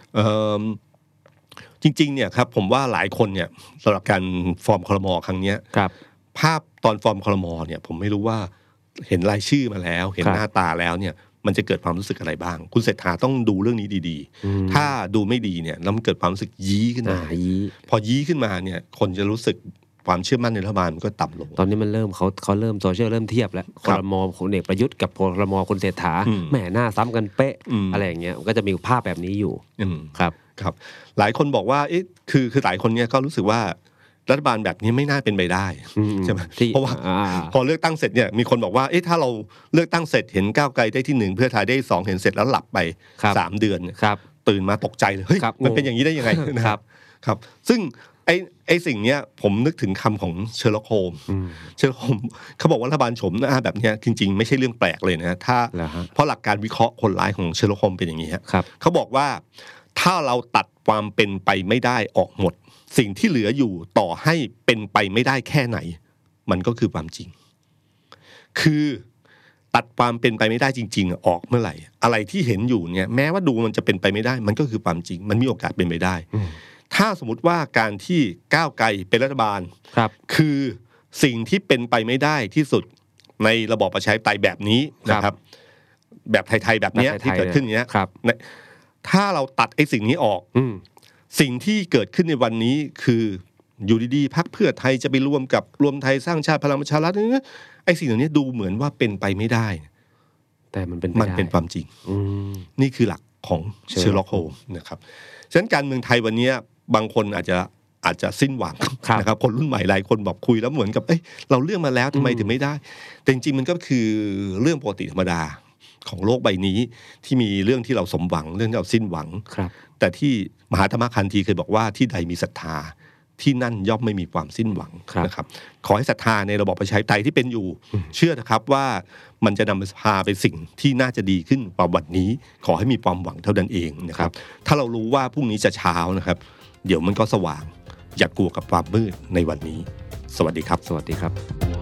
จริงๆเนี่ยครับผมว่าหลายคนเนี่ยสำหรับการฟอร์มครม.ครั้งนี้ภาพตอนฟอร์มครม.เนี่ยผมไม่รู้ว่าเห็นรายชื่อมาแล้วเห็นหน้าตาแล้วเนี่ยมันจะเกิดความรู้สึกอะไรบ้างคุณเศรษฐาต้องดูเรื่องนี้ดีๆถ้าดูไม่ดีเนี่ยแล้วมันเกิดความรู้สึกยี้ขึ้นมาพอยี้ขึ้นมาเนี่ยคนจะรู้สึกความเชื่อมั่นในรัฐบาลมันก็ต่ำลงตอนนี้มันเริ่มเขาเริ่มโซเชียลเริ่มเทียบแล้วครม.พลเอกประยุทธ์กับครม.คุณเศรษฐาแหมหน้าซ้ำกันเป๊ะอะไรอย่างเงี้ยก็จะมีภาพแบบนี้อยู่ครับหลายคนบอกว่าเอ๊ะคือหลายคนเนี่ยก็รู้สึกว่ารัฐบาลแบบนี้ไม่น่าเป็นไปได้ใช่ไหมเพราะว่าพอเลือกตั้งเสร็จเนี่ยมีคนบอกว่าเอ๊ะถ้าเราเลือกตั้งเสร็จเห็นก้าวไกลได้ที่1เพื่อไทยได้2เห็นเสร็จแล้วหลับไป3เดือนตื่นมาตกใจเลยเฮ้ยมันเป็นอย่างนี้ได้ยังไงนะครับซึ่งไอ้สิ่งเนี้ยผมนึกถึงคำของเชอร์ล็อกโฮมเขาบอกว่ารัฐบาลโฉมหน้าแบบนี้จริงๆไม่ใช่เรื่องแปลกเลยนะถ้าเพราะหลักการวิเคราะห์คนร้ายของเชอร์ล็อกโฮมเป็นอย่างนี้ครับเขาบอกว่าถ้าเราตัดความเป็นไปไม่ได้ออกหมดสิ่งที่เหลืออยู่ต่อให้เป็นไปไม่ได้แค่ไหนมันก็คือความจริงคือตัดความเป็นไปไม่ได้จริงๆออกเมื่อไหร่อะไรที่เห็นอยู่เนี่ยแม้ว่าดูมันจะเป็นไปไม่ได้มันก็คือความจริงมันมีโอกาสเป็นไปได้ถ้าสมมติว่าการที่ก้าวไกลเป็นรัฐบาลคือสิ่งที่เป็นไปไม่ได้ที่สุดในระบอบประชาธิปไตยแบบนี้นะครับแบบไทยๆแบบนี้ที่เกิดขึ้นเนี้ยถ้าเราตัดไอ้สิ่งนี้ออกสิ่งที่เกิดขึ้นในวันนี้คืออยู่ดีๆพรรคเพื่อไทยจะไปร่วมกับรวมไทยสร้างชาติพลังประชารัฐไอ้สิ่งเหล่านี้ดูเหมือนว่าเป็นไปไม่ได้แต่มันเป็นความจริงนี่คือหลักของเชอร์ล็อกโฮมนะครับฉะนั้นการเมืองไทยวันนี้บางคนอาจจะสิ้นหวังนะครับคนรุ่นใหม่หลายคนบอกคุยแล้วเหมือนกับเราเลือกมาแล้วทำไมถึงไม่ได้แต่จริงๆมันก็คือเรื่องปกติธรรมดาของโลกใบนี้ที่มีเรื่องที่เราสมหวังเรื่องที่เราสิ้นหวังแต่ที่มหาธรรมคันธีเคยบอกว่าที่ใดมีศรัทธาที่นั่นย่อมไม่มีความสิ้นหวังนะครับขอให้ศรัทธาในระบอบประชาธิปไตยที่เป็นอยู่เชื่อนะครับว่ามันจะนำพาไปสิ่งที่น่าจะดีขึ้นกว่าวันนี้ขอให้มีความหวังเท่านั้นเองนะครับถ้าเรารู้ว่าพรุ่งนี้จะเช้านะครับเดี๋ยวมันก็สว่างอย่ากลัวกับความมืดในวันนี้สวัสดีครับสวัสดีครับ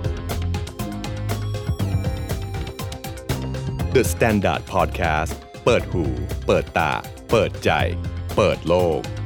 The Standard Podcast เปิดหูเปิดตาเปิดใจเปิดโลก